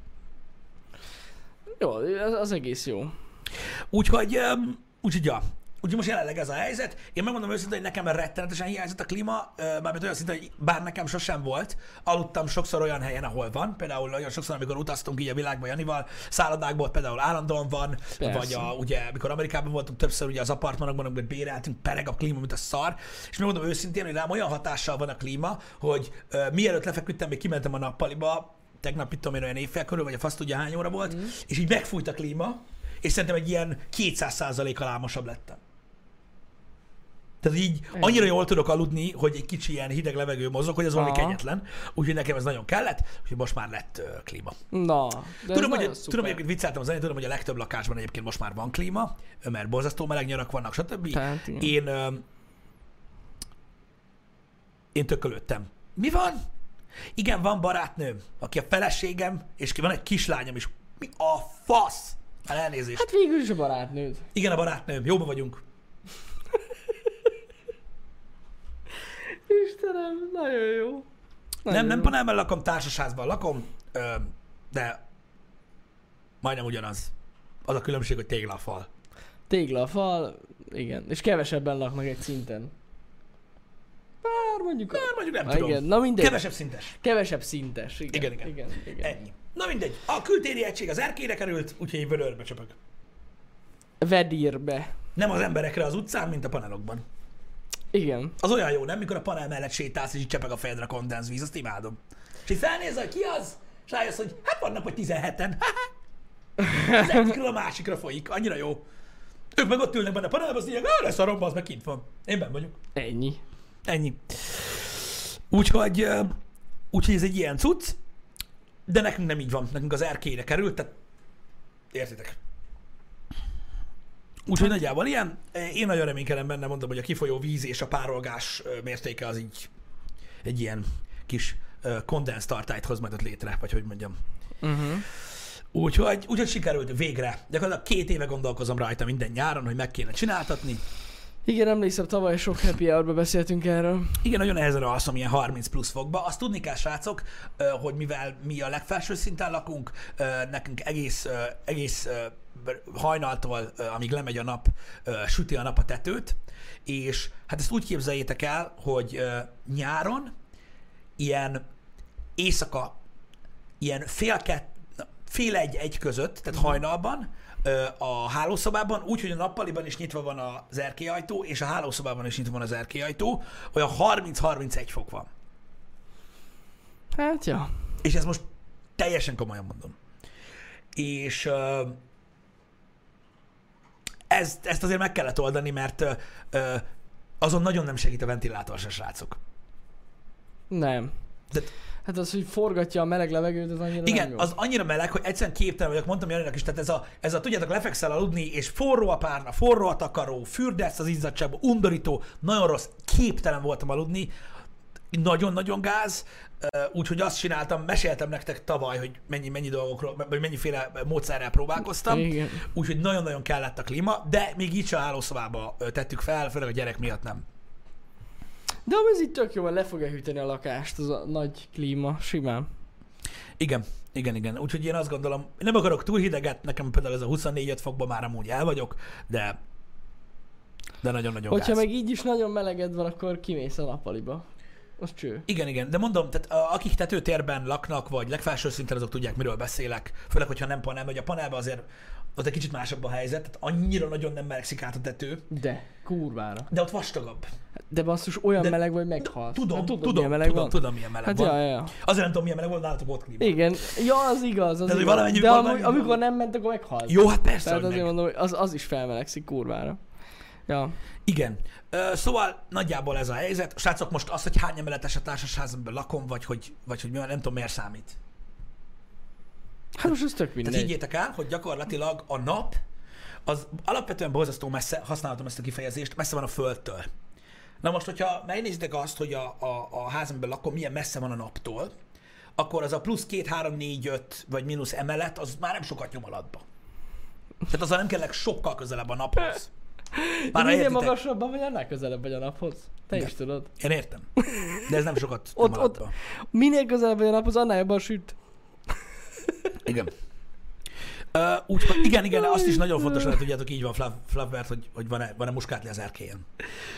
Jó, az egész jó. Úgyhogy ja. Úgyhogy most jelenleg ez a helyzet. Én megmondom őszintén, hogy nekem rettenetesen hiányzott a klíma, mármint olyan szinten, hogy bár nekem sosem volt, aludtam sokszor olyan helyen, ahol van. Például olyan sokszor, amikor utaztunk így a világba Janival, szállodákból például állandóan van, persze. vagy ugye, mikor Amerikában voltunk többször, ugye az apartmanokban, amikor béreltünk, pereg a klíma, mint a szar. És megmondom őszintén, hogy rám olyan hatással van a klíma, hogy mielőtt lefeküdtem, még kimentem a nappaliba, tegnap itt tudom én olyan évfél körül, vagy a fasz tudja hány óra volt, és így megfújt a klíma, és szerintem egy ilyen 200%-kal álmosabb lettem. Tehát így annyira jól tudok aludni, hogy egy kicsi ilyen hideg levegő mozog, hogy ez valami kegyetlen. Úgyhogy nekem ez nagyon kellett, úgyhogy most már lett klíma. Na, de tudom, hogy vicceltem az elején, tudom, hogy a legtöbb lakásban egyébként most már van klíma, mert borzasztó meleg nyarak vannak, stb. Tehát, én tökölődtem. Mi van? Igen, van barátnőm, aki a feleségem, és van egy kislányom is. Mi a fasz? Hát elnézést. Hát végül is a barátnőd. Igen, a barátnőm. Jóban vagyunk. Istenem, nagyon jó. Nem panelben lakom, társasházban lakom, de majdnem ugyanaz. Az a különbség, hogy téglafal. Téglafal, igen. És kevesebben laknak egy szinten. Bár mondjuk nem tudom. Igen, na mindegy. Kevesebb szintes. Kevesebb szintes, igen. Igen. Ennyi. Na mindegy. A kültéri egység az erkélyre került, úgyhogy egy vödörbe csöpög. Vedírbe. Nem az emberekre az utcán, mint a panelokban. Igen. Az olyan jó, nem? Mikor a panel mellett sétálsz, és így csepeg a fejedre a kondenzvíz, azt imádom. És így felnézel, hogy ki az, és rájössz, hogy hát vannak vagy 17-en. Az egyikről a másikra folyik, annyira jó. Ők meg ott ülnek benne a panelban, azt mondják, lesz a romba, az meg kint van. Én benn vagyok. Ennyi. Úgyhogy ez egy ilyen cucc, de nekünk nem így van. Nekünk az erkélyre került, tehát értitek. Úgyhogy nagyjából ilyen. Én nagyon reménykedem benne, mondom, hogy a kifolyó víz és a párolgás mértéke az így egy ilyen kis kondenztartályt hoz majd ott létre, vagy hogy mondjam. Úgyhogy sikerült végre. Gyakorlatilag 2 éve gondolkozom rajta minden nyáron, hogy meg kéne csináltatni. Igen, emlékszem, tavaly sok happy hour-ba beszéltünk erről. Igen, nagyon nehezen alszom ilyen 30 plusz fokba. Azt tudni kell, srácok, hogy mivel mi a legfelső szinten lakunk, nekünk egész hajnaltól, amíg lemegy a nap, süti a nap a tetőt, és hát ezt úgy képzeljétek el, hogy nyáron ilyen éjszaka, ilyen fél egy között, tehát hajnalban, a hálószobában, úgyhogy a nappaliban is nyitva van az erkélyajtó, és a hálószobában is nyitva van az erkélyajtó, olyan 30-31 fok van. Hát, ja. És ezt most teljesen komolyan mondom. És ezt azért meg kellett oldani, mert azon nagyon nem segít a ventilátor se, srácok. Nem. Hát az, hogy forgatja a meleg levegőt, az annyira igen, nem jó. az annyira meleg, hogy egyszerűen képtelen vagyok, mondtam Janinak is, tehát ez a tudjátok, lefekszel aludni, és forró a párna, forró a takaró, fürdesz az izzadságba, undorító, nagyon rossz, képtelen voltam aludni, nagyon-nagyon gáz, úgyhogy azt csináltam, meséltem nektek tavaly, hogy mennyi dolgokról, vagy mennyiféle módszerrel próbálkoztam, Igen. úgyhogy nagyon-nagyon kellett a klíma, de még így sem hálószobába tettük fel, főleg a gyerek miatt nem. De ez itt tök jó, mert le fogja hűteni a lakást, az a nagy klíma, simán. Igen. Úgyhogy én azt gondolom, nem akarok túl hideget, nekem például ez a 24-5 fokban már amúgy el vagyok, de nagyon-nagyon Hogyha gáz. meg így is nagyon meleged van, akkor kimész a nappaliba. Az cső. Igen, de mondom, tehát akik tetőtérben laknak, vagy legfelső szinten, azok tudják, miről beszélek. Főleg, hogyha nem panel, vagy a panelben azért ott egy kicsit másabb a helyzet, tehát annyira nagyon nem melegszik át a tető, De, kurvára. de ott vastagabb. De basszus, olyan De- meleg vagy, meghalsz. Tudom, Hát tudom, milyen meleg van? tudom, milyen meleg Hát van. ja. Azért nem tudom, milyen meleg volt, nálatok volt klíma. Igen, ja, az igaz, az hogy igaz. valamennyi- De valamennyi- amikor nem ment, akkor meghalsz. Jó, hát persze, Tehát hogy azért meg. mondom, hogy az is felmelegszik kurvára. Ja. Igen. Szóval nagyjából ez a helyzet. Srácok, most az, hogy hány emeletes a társasházamban lakom, vagy hogy mi van, nem tudom, miért számít. Hát most ez tök Tehát mindegy. higgyétek el, hogy gyakorlatilag a nap az alapvetően borzasztó messze, használhatom ezt a kifejezést, messze van a Földtől. Na most, hogyha megnézitek azt, hogy a házamban lakom milyen messze van a naptól, akkor az a plusz 2, 3, 4, 5 vagy mínusz emelet, az már nem sokat nyom alatba. Tehát azzal nem kellek sokkal közelebb a naphoz. De minél értitek? magasabban vagy, annál közelebb vagy a naphoz. Te Igen. is tudod. Én értem. De ez nem sokat nyom Ott, alatba. minél közelebb vagy a naphoz, annál jobban süt. Igen. Úgyhogy igen, azt is nagyon fontos, hogy tudjátok, így van Flabbert, hogy van-e muskátli az erkélyen.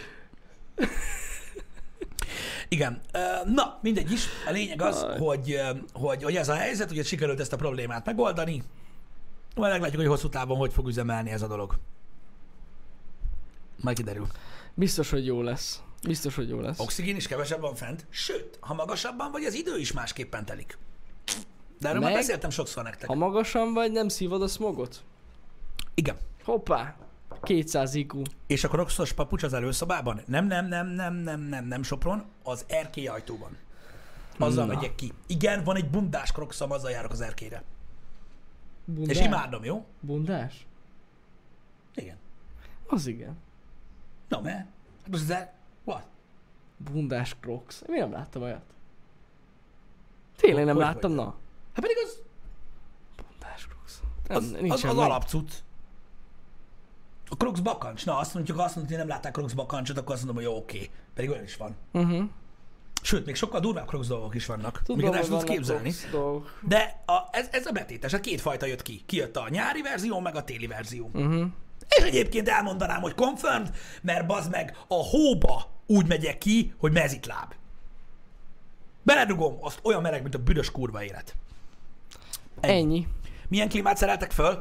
Igen. Na, mindegy is. A lényeg az, hogy ez a helyzet, hogy sikerült ezt a problémát megoldani. Majd meglátjuk, hogy hosszú távon hogy fog üzemelni ez a dolog. Majd kiderül. Biztos, hogy jó lesz. Biztos, hogy jó lesz. Oxigén is kevesebb van fent, sőt, ha magasabban vagy, az idő is másképpen telik. De erről már Meg- beszéltem sokszor nektek. Ha magasan vagy, nem szívod a smogot? Igen. Hoppá! 200 IQ. És akkor roxos papucs az előszobában? Nem, Sopron, az erkély ajtóban. Azzal Na. megyek ki. Igen, van egy bundás krokszom, azzal járok az erkélyre. Bundás? És imádom, jó? Bundás? Igen. Az igen. Na, mert? Hát most ez what? Bundás Crocs. Mi nem láttam olyat? Tényleg nem Hogy láttam, vagy? na. Hát pedig az Bundás Crocs. az alapcuc. A Crocs bakancs. Na, azt mondjuk, ha azt mondod, hogy nem látták Crocs bakancsot, akkor azt mondom, hogy jó, oké. Pedig olyan is van. Sőt, még sokkal durvább Crocs dolgok is vannak. Tudom, Miket el hogy sem tudsz vannak képzelni. Crocs dolgok. De ez a betétes, a két fajta jött ki. Kijött a nyári verzió, meg a téli verzió. És egyébként elmondanám, hogy confirmed, mert bazd meg a hóba úgy megyek ki, hogy mezitláb. Beledugom, azt olyan meleg, mint a büdös kurva élet. Ennyi. Milyen klímát szereltek föl?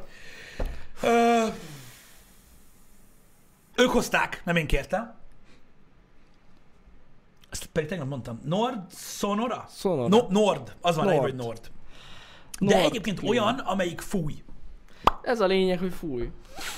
Ők hozták, nem én kértem. Ezt pedig tegnap mondtam. Sonora? Sonora. Nord. Az van egy, hogy Nord. Nord. De Nord egyébként klíma. olyan, amelyik fúj. Ez a lényeg, hogy fúj.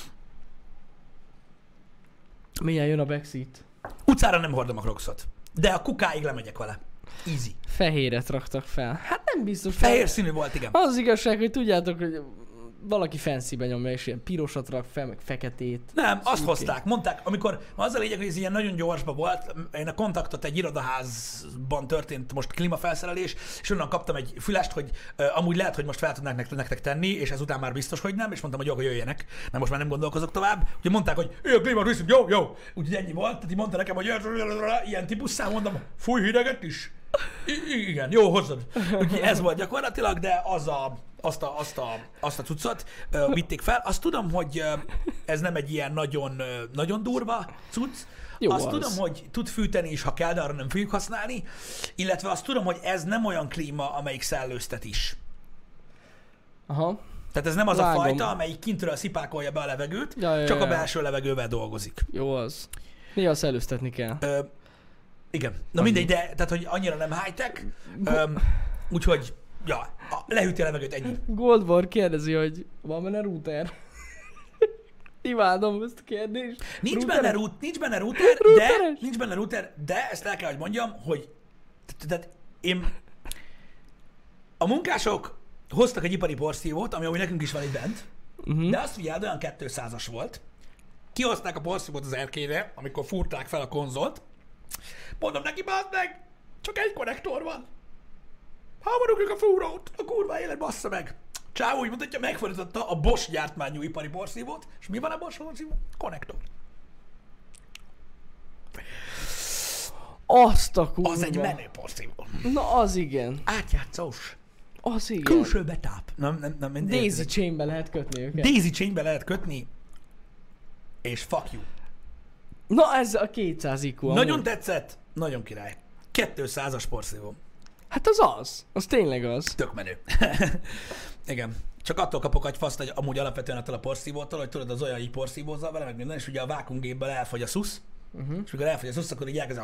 Milyen jön a backseat? Utcára nem hordom a Crocsot. De a kukáig lemegyek vele. Easy. Fehéret raktak fel. Hát nem biztos. Fehér színű volt, igen. Az igazság, hogy tudjátok, hogy valaki fancybe nyomja, és ilyen pirosat rak fel, meg feketét. Nem, azt Szürkét. hozták. Mondták, amikor az a lényeg, hogy ez ilyen nagyon gyorsba volt, én a kontaktot egy irodaházban történt most klímafelszerelés, és onnan kaptam egy fülest, hogy amúgy lehet, hogy most fel tudnák nektek tenni, és ezután már biztos, hogy nem, és mondtam, hogy jó, hogy jöjjenek, mert most már nem gondolkozok tovább. Úgyhogy mondták, hogy a klímát viszont, jó. Úgyhogy ennyi volt, tehát így mondta nekem, hogy ilyen típusszám, mondom, fúj hideget is. Igen, jó, hozzad. Úgyhogy ez volt gyakorlatilag, de azt a cuccot vitték fel. Azt tudom, hogy ez nem egy ilyen nagyon durva cucc. Jó Azt az. tudom, hogy tud fűteni is, ha kell, de arra nem fogjuk használni. Illetve azt tudom, hogy ez nem olyan klíma, amelyik szellőztet is. Aha. Tehát ez nem az Vágom. a fajta, amelyik kintről szipákolja be a levegőt, Ja, csak a ja. belső levegővel dolgozik. Jó az. Néha szellőztetni kell. Igen. Na mindegy, de tehát, hogy annyira nem high-tech, úgyhogy lehűti a levegőt, ennyi. Goldborg kérdezi, hogy van benne router? Imádom ezt a kérdést. Nincs benne router, de ezt el kell, hogy mondjam, hogy tehát én a munkások hoztak egy ipari porszívót, ami amúgy nekünk is van itt bent, de azt figyeld, olyan 200-as volt. Kihozták a porszívót az erkélyre, amikor fúrták fel a konzolt. Mondom neki, bazd meg, Csak egy konnektor van. Hamarogjuk a fúrót, a kurva élet bassza meg. Csávó úgy mutatja, megfordította a Bosch gyártmányú ipari porszívót, és mi van a Bosch porszívó? Konnektor. Azt a kurva. Az egy menő porszívó. Na az igen. Átjátszós. Az igen. Külső betáp. Nem, Daisy chainbe lehet kötni őket. Daisy chainbe lehet kötni, és fuck you. Na ez a 200 IQ. Nagyon tetszett, nagyon király. 200-as porszívó. Hát az tényleg az. Tök menő. Igen. Csak attól kapok egy faszt, hogy amúgy alapvetően attól a porszívótól, hogy tudod, az olyan így porszívózzal vele, meg minden, és ugye a vákuumgépből elfogy a szusz, és mikor elfogy a szusz, akkor így elkezd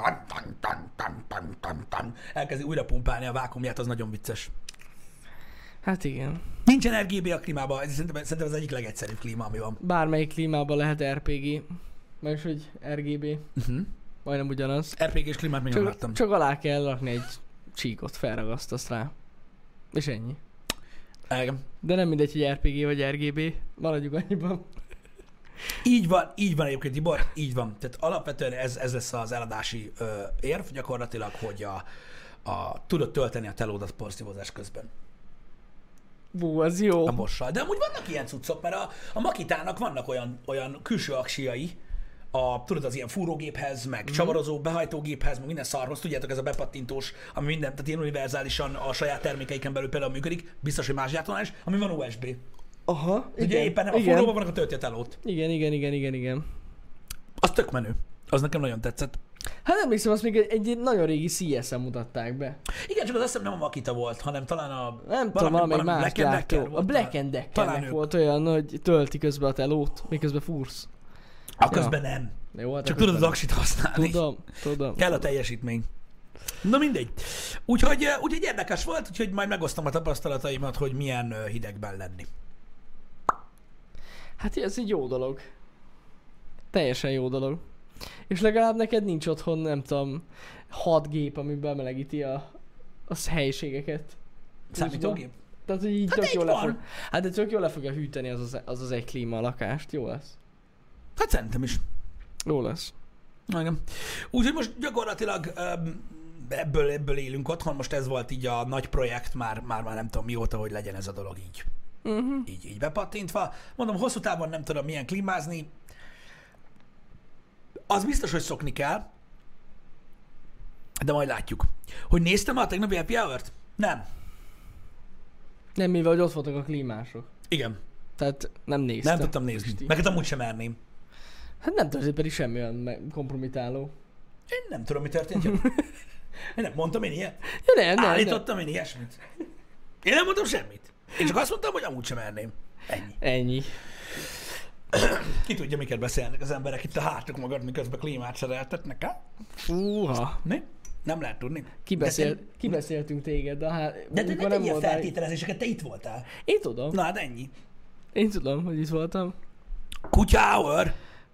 elkezdi újra pumpálni a vákuumját, az nagyon vicces. Hát igen. Nincsen RGB a klímában, ez szerintem az egyik legegyszerűbb klíma, ami van. Bármelyik klímában lehet RPG, vagyis hogy RGB. Majdnem ugyanaz. RPG-s klímát még nem láttam. Csak alá kell rakni egy csíkot, felragasztasz rá. És ennyi. Igen. De nem mindegy, hogy RPG vagy RGB. Maradjuk annyiban. Így van egyébként, Tibor, így van. Tehát alapvetően ez lesz az eladási érv gyakorlatilag, hogy tudod tölteni a telódat porszívózás közben. Az jó. A Bosch-sal. De amúgy vannak ilyen cuccok, mert a Makitának vannak olyan külső aksiai, tudod, az ilyen fúrógéphez, meg csavarozó, behajtógéphez, meg minden szarhoz, tudjátok, ez a bepattintós, ami minden, tehát ilyen univerzálisan a saját termékeiken belül például működik, biztos, hogy más gyártónál is, ami van USB. Aha, Ugye igen, éppen nem a fúróban vannak a tölti a telót. Igen. Az tök menő. Az nekem nagyon tetszett. Hát emlékszem, azt még egy nagyon régi CS-en mutatták be. Igen, csak az azt hiszem nem a Makita volt, hanem talán nem tudom, valami más gyártó. A Black & Deckernek volt olyan, hogy tölti közben a telót, miközben fúrsz. Közben nem. Jó, hát csak tudod az aksit használni. Tudom. Kell a teljesítmény. Na mindegy. Úgyhogy érdekes volt, úgyhogy majd megosztom a tapasztalataimat, hogy milyen hidegben lenni. Hát ez egy jó dolog. Teljesen jó dolog. És legalább neked nincs otthon, nem tudom, 6 gép, ami bemelegíti a helyiségeket. Számítógép? Tehát, hogy így tök jól Hát de tök jól le fogja hűteni az egy klíma a lakást. Jó lesz. Hát szerintem is. Jó lesz. Igen. Úgyhogy most gyakorlatilag ebből élünk otthon, most ez volt így a nagy projekt, már nem tudom mióta, hogy legyen ez a dolog így. Így bepattintva. Mondom, hosszú távon nem tudom milyen klímázni. Az biztos, hogy szokni kell, de majd látjuk. Hogy néztem a tegnapi happy hour-t? Nem. Nem, mivel hogy ott voltak a klímások. Igen. Tehát nem néztem. Nem tudtam nézni. Meg hát amúgy sem merném. Hát nem történt pedig semmi olyan kompromitáló. Én nem tudom, mi történt. Én nem mondtam én ilyet. Ja, nem. Állítottam én ilyesmit. Én nem mondtam semmit. Én csak azt mondtam, hogy amúgy sem merném. Ennyi. Ki tudja, miket beszélnek az emberek itt a hátuk magad, miközben klímát szereltetnek, ha? Fúha. Mi? Nem lehet tudni. Kibeszéltünk téged, de te nem ilyen feltételezéseket, te itt voltál. Én tudom. Na hát ennyi. Én tudom, hogy itt voltam. Kutya hour.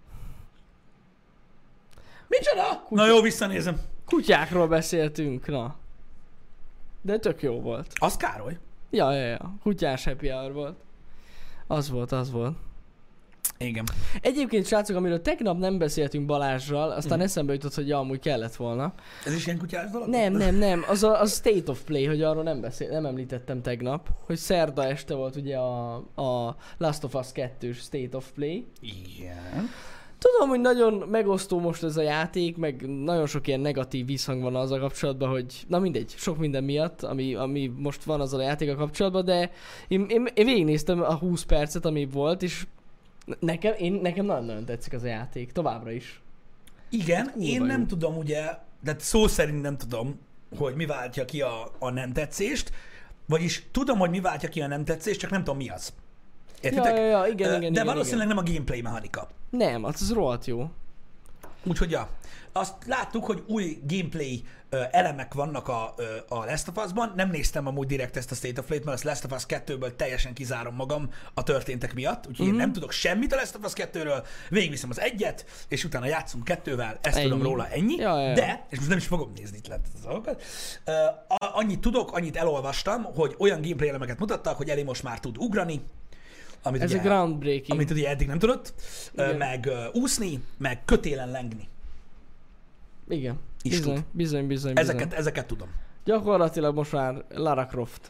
Micsoda? Na jó, visszanézem. Kutyákról beszéltünk, na. De tök jó volt. Az Károly? Ja. Kutyás happy hour volt. Az volt. Igen. Egyébként, srácok, amiről tegnap nem beszéltünk Balázsral, aztán eszembe jutott, hogy amúgy kellett volna. Ez is ilyen kutyás dolog? Nem. Az a State of Play, hogy arról nem említettem tegnap, hogy szerda este volt ugye a Last of Us 2-s State of Play. Igen. Tudom, hogy nagyon megosztó most ez a játék, meg nagyon sok ilyen negatív visszhang van azzal kapcsolatban, hogy na mindegy, sok minden miatt, ami most van azzal a játékkal kapcsolatban, de én végignéztem a 20 percet, ami volt, és nekem nagyon-nagyon tetszik az a játék, továbbra is. Igen, én nem tudom ugye, de szó szerint nem tudom, hogy mi váltja ki a nem tetszést, vagyis tudom, hogy mi váltja ki a nem tetszést, csak nem tudom mi az. Értitek? Ja, igen. De valószínűleg nem a gameplay mechanika. Nem, az rohadt jó. Úgyhogy ja. Azt láttuk, hogy új gameplay elemek vannak a Last of Us-ban. Nem néztem amúgy direkt ezt a State of Play-t, mert a Last of Us 2-ből teljesen kizárom magam a történtek miatt. Úgyhogy én nem tudok semmit a Last of Us 2-ről, végigviszem az egyet, és utána játszunk 2-vel, ezt ennyi. Tudom róla, ennyi. Ja. De, és most nem is fogom nézni itt lent az dolgokat, annyit tudok, annyit elolvastam, hogy olyan gameplay elemeket mutattak, hogy Ellie most már tud ugrani, amit ez ugye, a groundbreaking. Amit ugye eddig nem tudott, meg úszni, meg kötélen lengni. Igen. Is tud. Bizony. Ezeket tudom. Gyakorlatilag most már Lara Croft.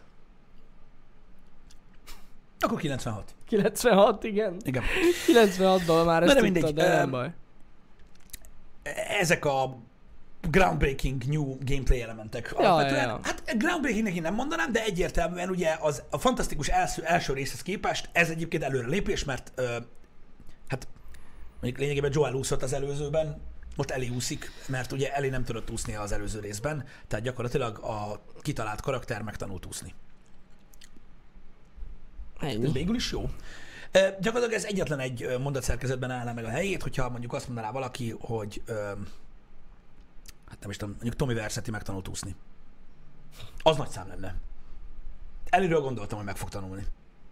Akkor 96. 96, igen. Igen. 96-ban már ezt tudtad, de nem baj. Ezek a groundbreaking new gameplay elementek. Ja. Hát groundbreakingnek én nem mondanám, de egyértelműen ugye a fantasztikus első részhez képest ez egyébként előre lépés, mert hát mondjuk lényegében Joel úszott az előzőben, most Ellie úszik, mert ugye Ellie nem tudott úszni az előző részben, tehát gyakorlatilag a kitalált karakter megtanult úszni. Ennyi. Ez végül is jó. Gyakorlatilag ez egyetlen egy mondatszerkezetben állná meg a helyét, hogyha mondjuk azt mondaná valaki, hogy hát nem is tudom, mondjuk Tommy Vercetti megtanult úszni. Az nagy szám lenne. Előről gondoltam, hogy meg fog tanulni.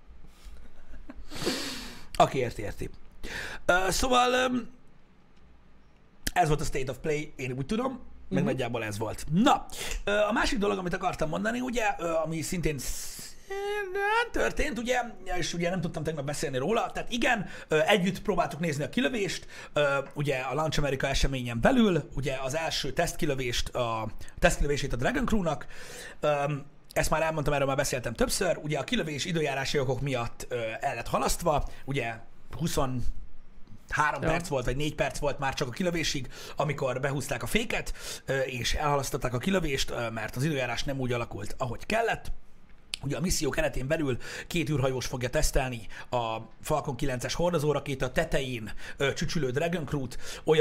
Aki érti. Szóval ez volt a State of Play, én úgy tudom, meg nagyjából ez volt. Na, a másik dolog, amit akartam mondani, ugye, ami szintén történt, ugye, és ugye nem tudtam tegnap beszélni róla, tehát igen, együtt próbáltuk nézni a kilövést, ugye a Launch America eseményen belül, ugye az első tesztkilövését a Dragon Crew-nak, ezt már elmondtam, erről már beszéltem többször, ugye a kilövés időjárási okok miatt el lett halasztva, ugye 23 perc volt, vagy 4 perc volt már csak a kilövésig, amikor behúzták a féket, és elhalasztották a kilövést, mert az időjárás nem úgy alakult, ahogy kellett. Ugye a misszió keretén belül 2 űrhajós fogja tesztelni a Falcon 9-es hordozórakéta tetején csücsülő Dragon Crew-t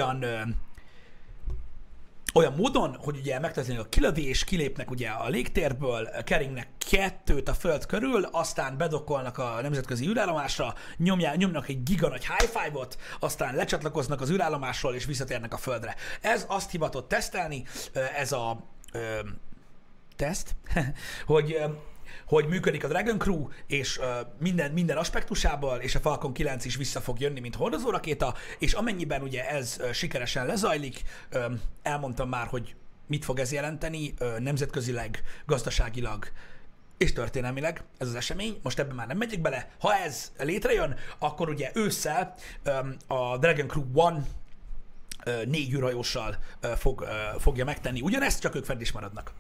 olyan módon, hogy ugye megtörténik a kilövés, kilépnek ugye a légtérből, keringnek 2 a föld körül, aztán bedokkolnak a nemzetközi űrállomásra, nyomnak egy giga nagy high five-ot, aztán lecsatlakoznak az űrállomásról és visszatérnek a földre. Ez azt hivatott tesztelni, ez a teszt, hogy működik a Dragon Crew, és minden aspektusából, és a Falcon 9 is vissza fog jönni, mint hordozórakéta, és amennyiben ugye ez sikeresen lezajlik, elmondtam már, hogy mit fog ez jelenteni nemzetközileg, gazdaságilag és történelmileg ez az esemény. Most ebben már nem megyek bele. Ha ez létrejön, akkor ugye ősszel a Dragon Crew 1 4 űrhajóssal fogja megtenni ugyanezt, csak ők fent is maradnak.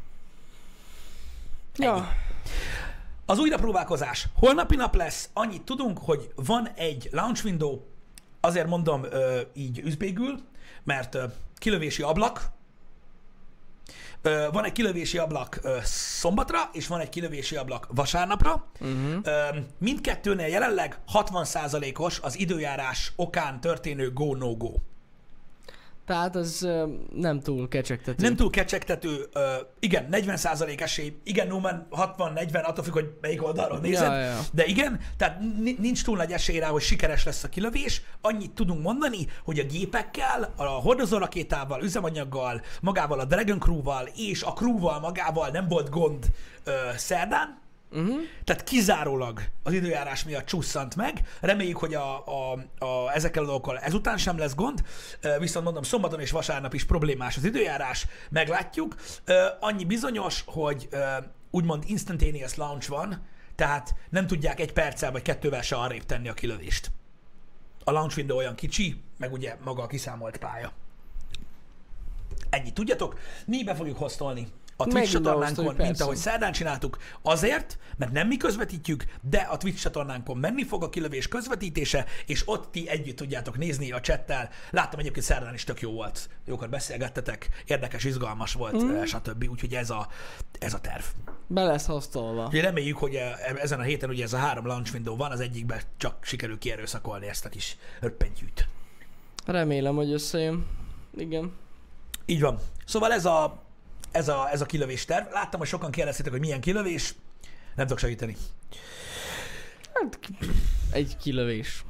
Ja. Az újrapróbálkozás holnapi nap lesz, annyit tudunk, hogy van egy launch window, azért mondom így üzbégül, mert kilövési ablak, van egy kilövési ablak szombatra, és van egy kilövési ablak vasárnapra. Mindkettőnél jelenleg 60%-os az időjárás okán történő go-no-go. Tehát az nem túl kecsegtető. Nem túl kecsegtető, igen, 40% esély, igen, Numan 60-40, attól függ, hogy melyik oldalról nézed, Ja. de igen, tehát nincs túl nagy esély rá, hogy sikeres lesz a kilövés. Annyit tudunk mondani, hogy a gépekkel, a hordozórakétával, üzemanyaggal, magával a Dragon Crew-val és a Crew-val magával nem volt gond szerdán. Tehát kizárólag az időjárás miatt csusszant meg. Reméljük, hogy ezekkel a dolgokkal ezután sem lesz gond, viszont mondom, szombaton és vasárnap is problémás az időjárás, meglátjuk. Annyi bizonyos, hogy úgymond instantaneous launch van, tehát nem tudják 1 perccel vagy 2-vel se arrébb tenni a kilövést. A launch window olyan kicsi, meg ugye maga a kiszámolt pálya. Ennyit tudjatok, mi be fogjuk hoztolni a Twitch csatornánkon, mint ahogy szerdán csináltuk, azért, mert nem mi közvetítjük, de a Twitch csatornánkon menni fog a kilövés közvetítése, és ott ti együtt tudjátok nézni a chattel. Láttam egyébként szerdán is tök jó volt. Jókat beszélgettetek, érdekes, izgalmas volt, stb. Úgyhogy ez a terv. Be lesz hoztolva. Úgyhogy reméljük, hogy ezen a héten ugye ez a 3 launch window van, az egyikben csak sikerül kierőszakolni ezt a kis röppentyűt. Remélem, hogy összejön. Igen. Így van. Szóval ez a kilövés terv. Láttam, hogy sokan kérdeztétek, hogy milyen kilövés. Nem tudok segíteni. Hát, egy kilövés.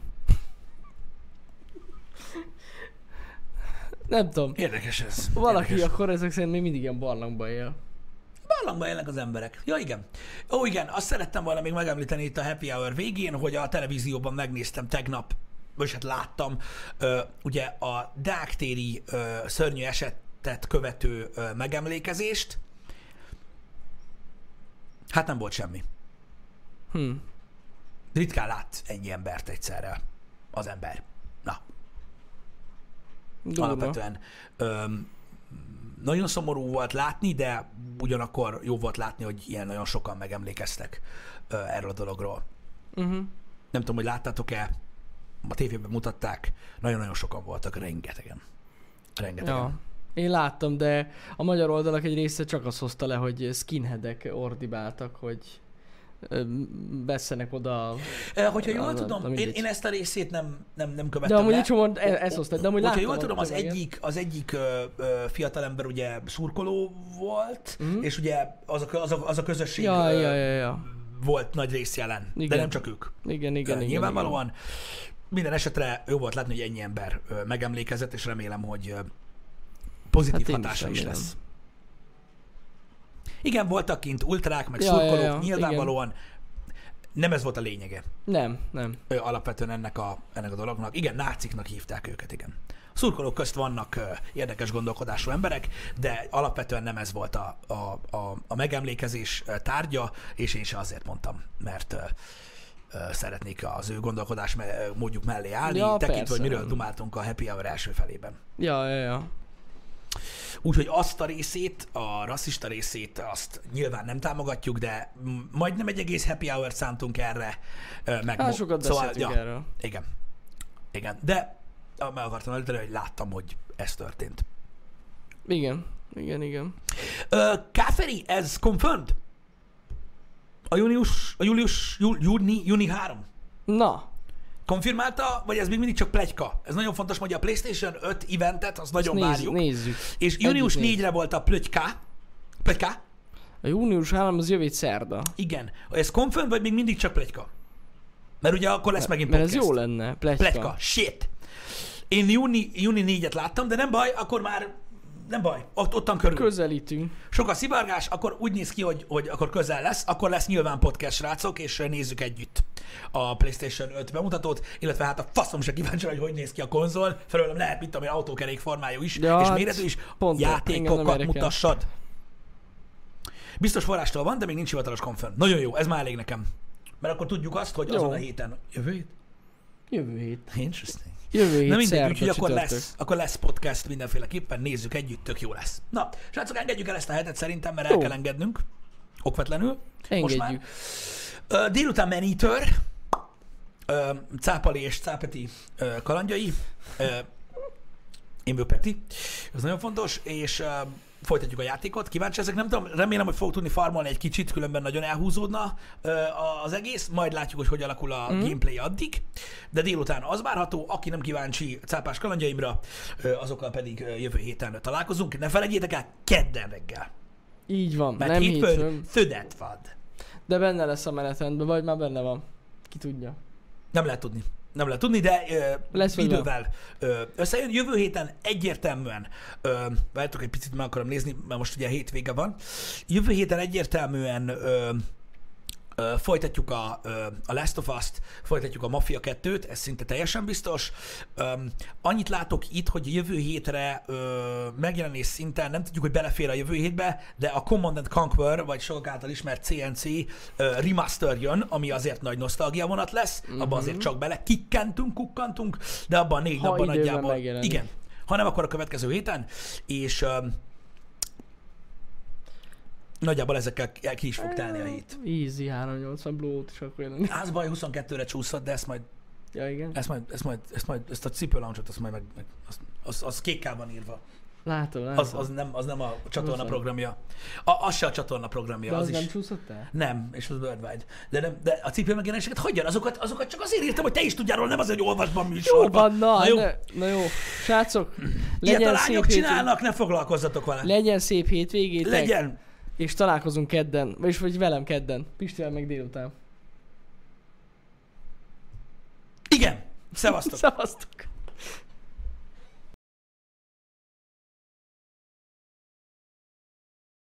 Nem tudom. Érdekes ez. Valaki Érdekes. akkor ezek szerint még mindig ilyen barlangban él. Barlangban élnek az emberek. Ja, igen. Ó, igen, azt szerettem volna még megemlíteni itt a Happy Hour végén, hogy a televízióban megnéztem tegnap, vagy hát láttam, ugye a Deák téri szörnyű esetet követő megemlékezést. Hát nem volt semmi. Ritkán lát ennyi embert egyszerre az ember. Na. Durva. Alapvetően nagyon szomorú volt látni, de ugyanakkor jó volt látni, hogy ilyen nagyon sokan megemlékeztek erről a dologról. Nem tudom, hogy láttátok-e, a tévében mutatták, nagyon-nagyon sokan voltak, rengetegen. Ja. Én láttam, de a magyar oldalak egy része csak azt hozta le, hogy skinheadek ordibáltak, hogy vesszenek oda. Hogyha jól tudom, én ezt a részét nem követtem. De amúgy egy csomó, ezt hoztad, de amúgy láttam. Hogyha jól tudom, az egyik fiatalember ugye szurkoló volt, és ugye az a közösség volt nagy rész jelen, de nem csak ők. Igen. Nyilvánvalóan minden esetre jó volt látni, hogy ennyi ember megemlékezett, és remélem, hogy pozitív hatása is lesz. Igen, voltak kint ultrák, meg szurkolók, nyilvánvalóan nem ez volt a lényege. Nem. Alapvetően ennek a dolognak. Igen, náciknak hívták őket, igen. A szurkolók közt vannak érdekes gondolkodású emberek, de alapvetően nem ez volt a megemlékezés tárgya, és én se azért mondtam, mert szeretnék az ő gondolkodás módjuk mellé állni, tekintve, hogy miről dumáltunk a Happy Hour első felében. Ja. Úgyhogy azt a részét, a rasszista részét, azt nyilván nem támogatjuk, de majdnem egy egész happy hour-t szántunk erre. Sokat beszéltünk erről. Igen. De meg akartam előtte, hogy láttam, hogy ez történt. Igen. Káferi, ez confirmed? Júni 3? Na. Konfirmálta, vagy ez még mindig csak pletyka? Ez nagyon fontos, hogy a PlayStation 5 eventet, azt nagyon várjuk. Nézzük. És június 4-re volt a pletyka. A június 3 az jövő szerda. Igen. Ez confirm, vagy még mindig csak pletyka? Mert ugye akkor lesz megint podcast. Mert ez jó lenne, pletyka. Shit. Én júni 4-et láttam, de nem baj, akkor már nem baj, ottan körül. Közelítünk. Sok a szivárgás, akkor úgy néz ki, hogy akkor közel lesz, akkor lesz nyilván podcast, srácok, és nézzük együtt a PlayStation 5 bemutatót, illetve hát a faszom se kíváncsi, hogy néz ki a konzol. Felőlem lehet, mint amilyen autókerék formájú is, és méretű is, játékokat mutassad. Biztos forrástól van, de még nincs hivatalos confirm. Nagyon jó, ez már elég nekem. Mert akkor tudjuk azt, hogy azon a héten... Jövő hét. Interesting. Jövő hét szerda, úgyhogy akkor lesz podcast mindenféleképpen, nézzük együtt, tök jó lesz. Na, srácok, engedjük el ezt a hetet szerintem, mert el kell engednünk. Okvetlenül. Engedjük. Most már. Délután Man Eater, Cápali és Cápeti kalandjai, én Peti, ez nagyon fontos, és folytatjuk a játékot. Kíváncsi ezek, nem tudom, remélem, hogy fogok tudni farmolni egy kicsit, különben nagyon elhúzódna az egész, majd látjuk, hogy alakul a gameplay addig, de délután az várható, aki nem kíváncsi cápás kalandjaimra, azokkal pedig jövő héten találkozunk. Ne felejtjétek el, kedden reggel. Így van, mert nem hétfőn födet vad. De benne lesz a menetrendben, vagy már benne van. Ki tudja. Nem lehet tudni, de lesz idővel összejön. Jövő héten egyértelműen, várjátok egy picit, meg akarom nézni, mert most ugye hétvége van. Jövő héten egyértelműen folytatjuk a Last of Us-t, folytatjuk a Mafia 2-t, ez szinte teljesen biztos. Annyit látok itt, hogy jövő hétre megjelenés szinten, nem tudjuk, hogy belefér a jövő hétbe, de a Command & Conquer, vagy sokak által ismert CNC remaster jön, ami azért nagy nosztalgia vonat lesz, abban azért csak bele kukkantunk, de abban 4 napban nagyjából. Igen, ha nem, akkor a következő héten, és nagyjából ezekkel ki is fog telni a hét. Easy 380 blow-t is akkor jelenni. Az baj, 22-re csúszhat, de ezt majd... Ja, igen. Ezt a cipőlaunchot, azt majd az kékkel van írva. Látom. Az nem a csatorna programja. Az se a csatorna programja. De az nem csúszott el? Nem, és az Worldwide. De a cipő megjelenéseket hagyjan, azokat csak azért írtam, hogy te is tudjál róla, nem azért, hogy olvasban műsorban. Jó van, na jó. Srácok, legyen ilyet a lányok csinálnak, ne foglalkozzatok vele. Legyen szép hétvégétek. Legyen. És találkozunk kedden, vagy velem kedden. Pistivel meg délután. Igen. Szevasztok. Szevasztok.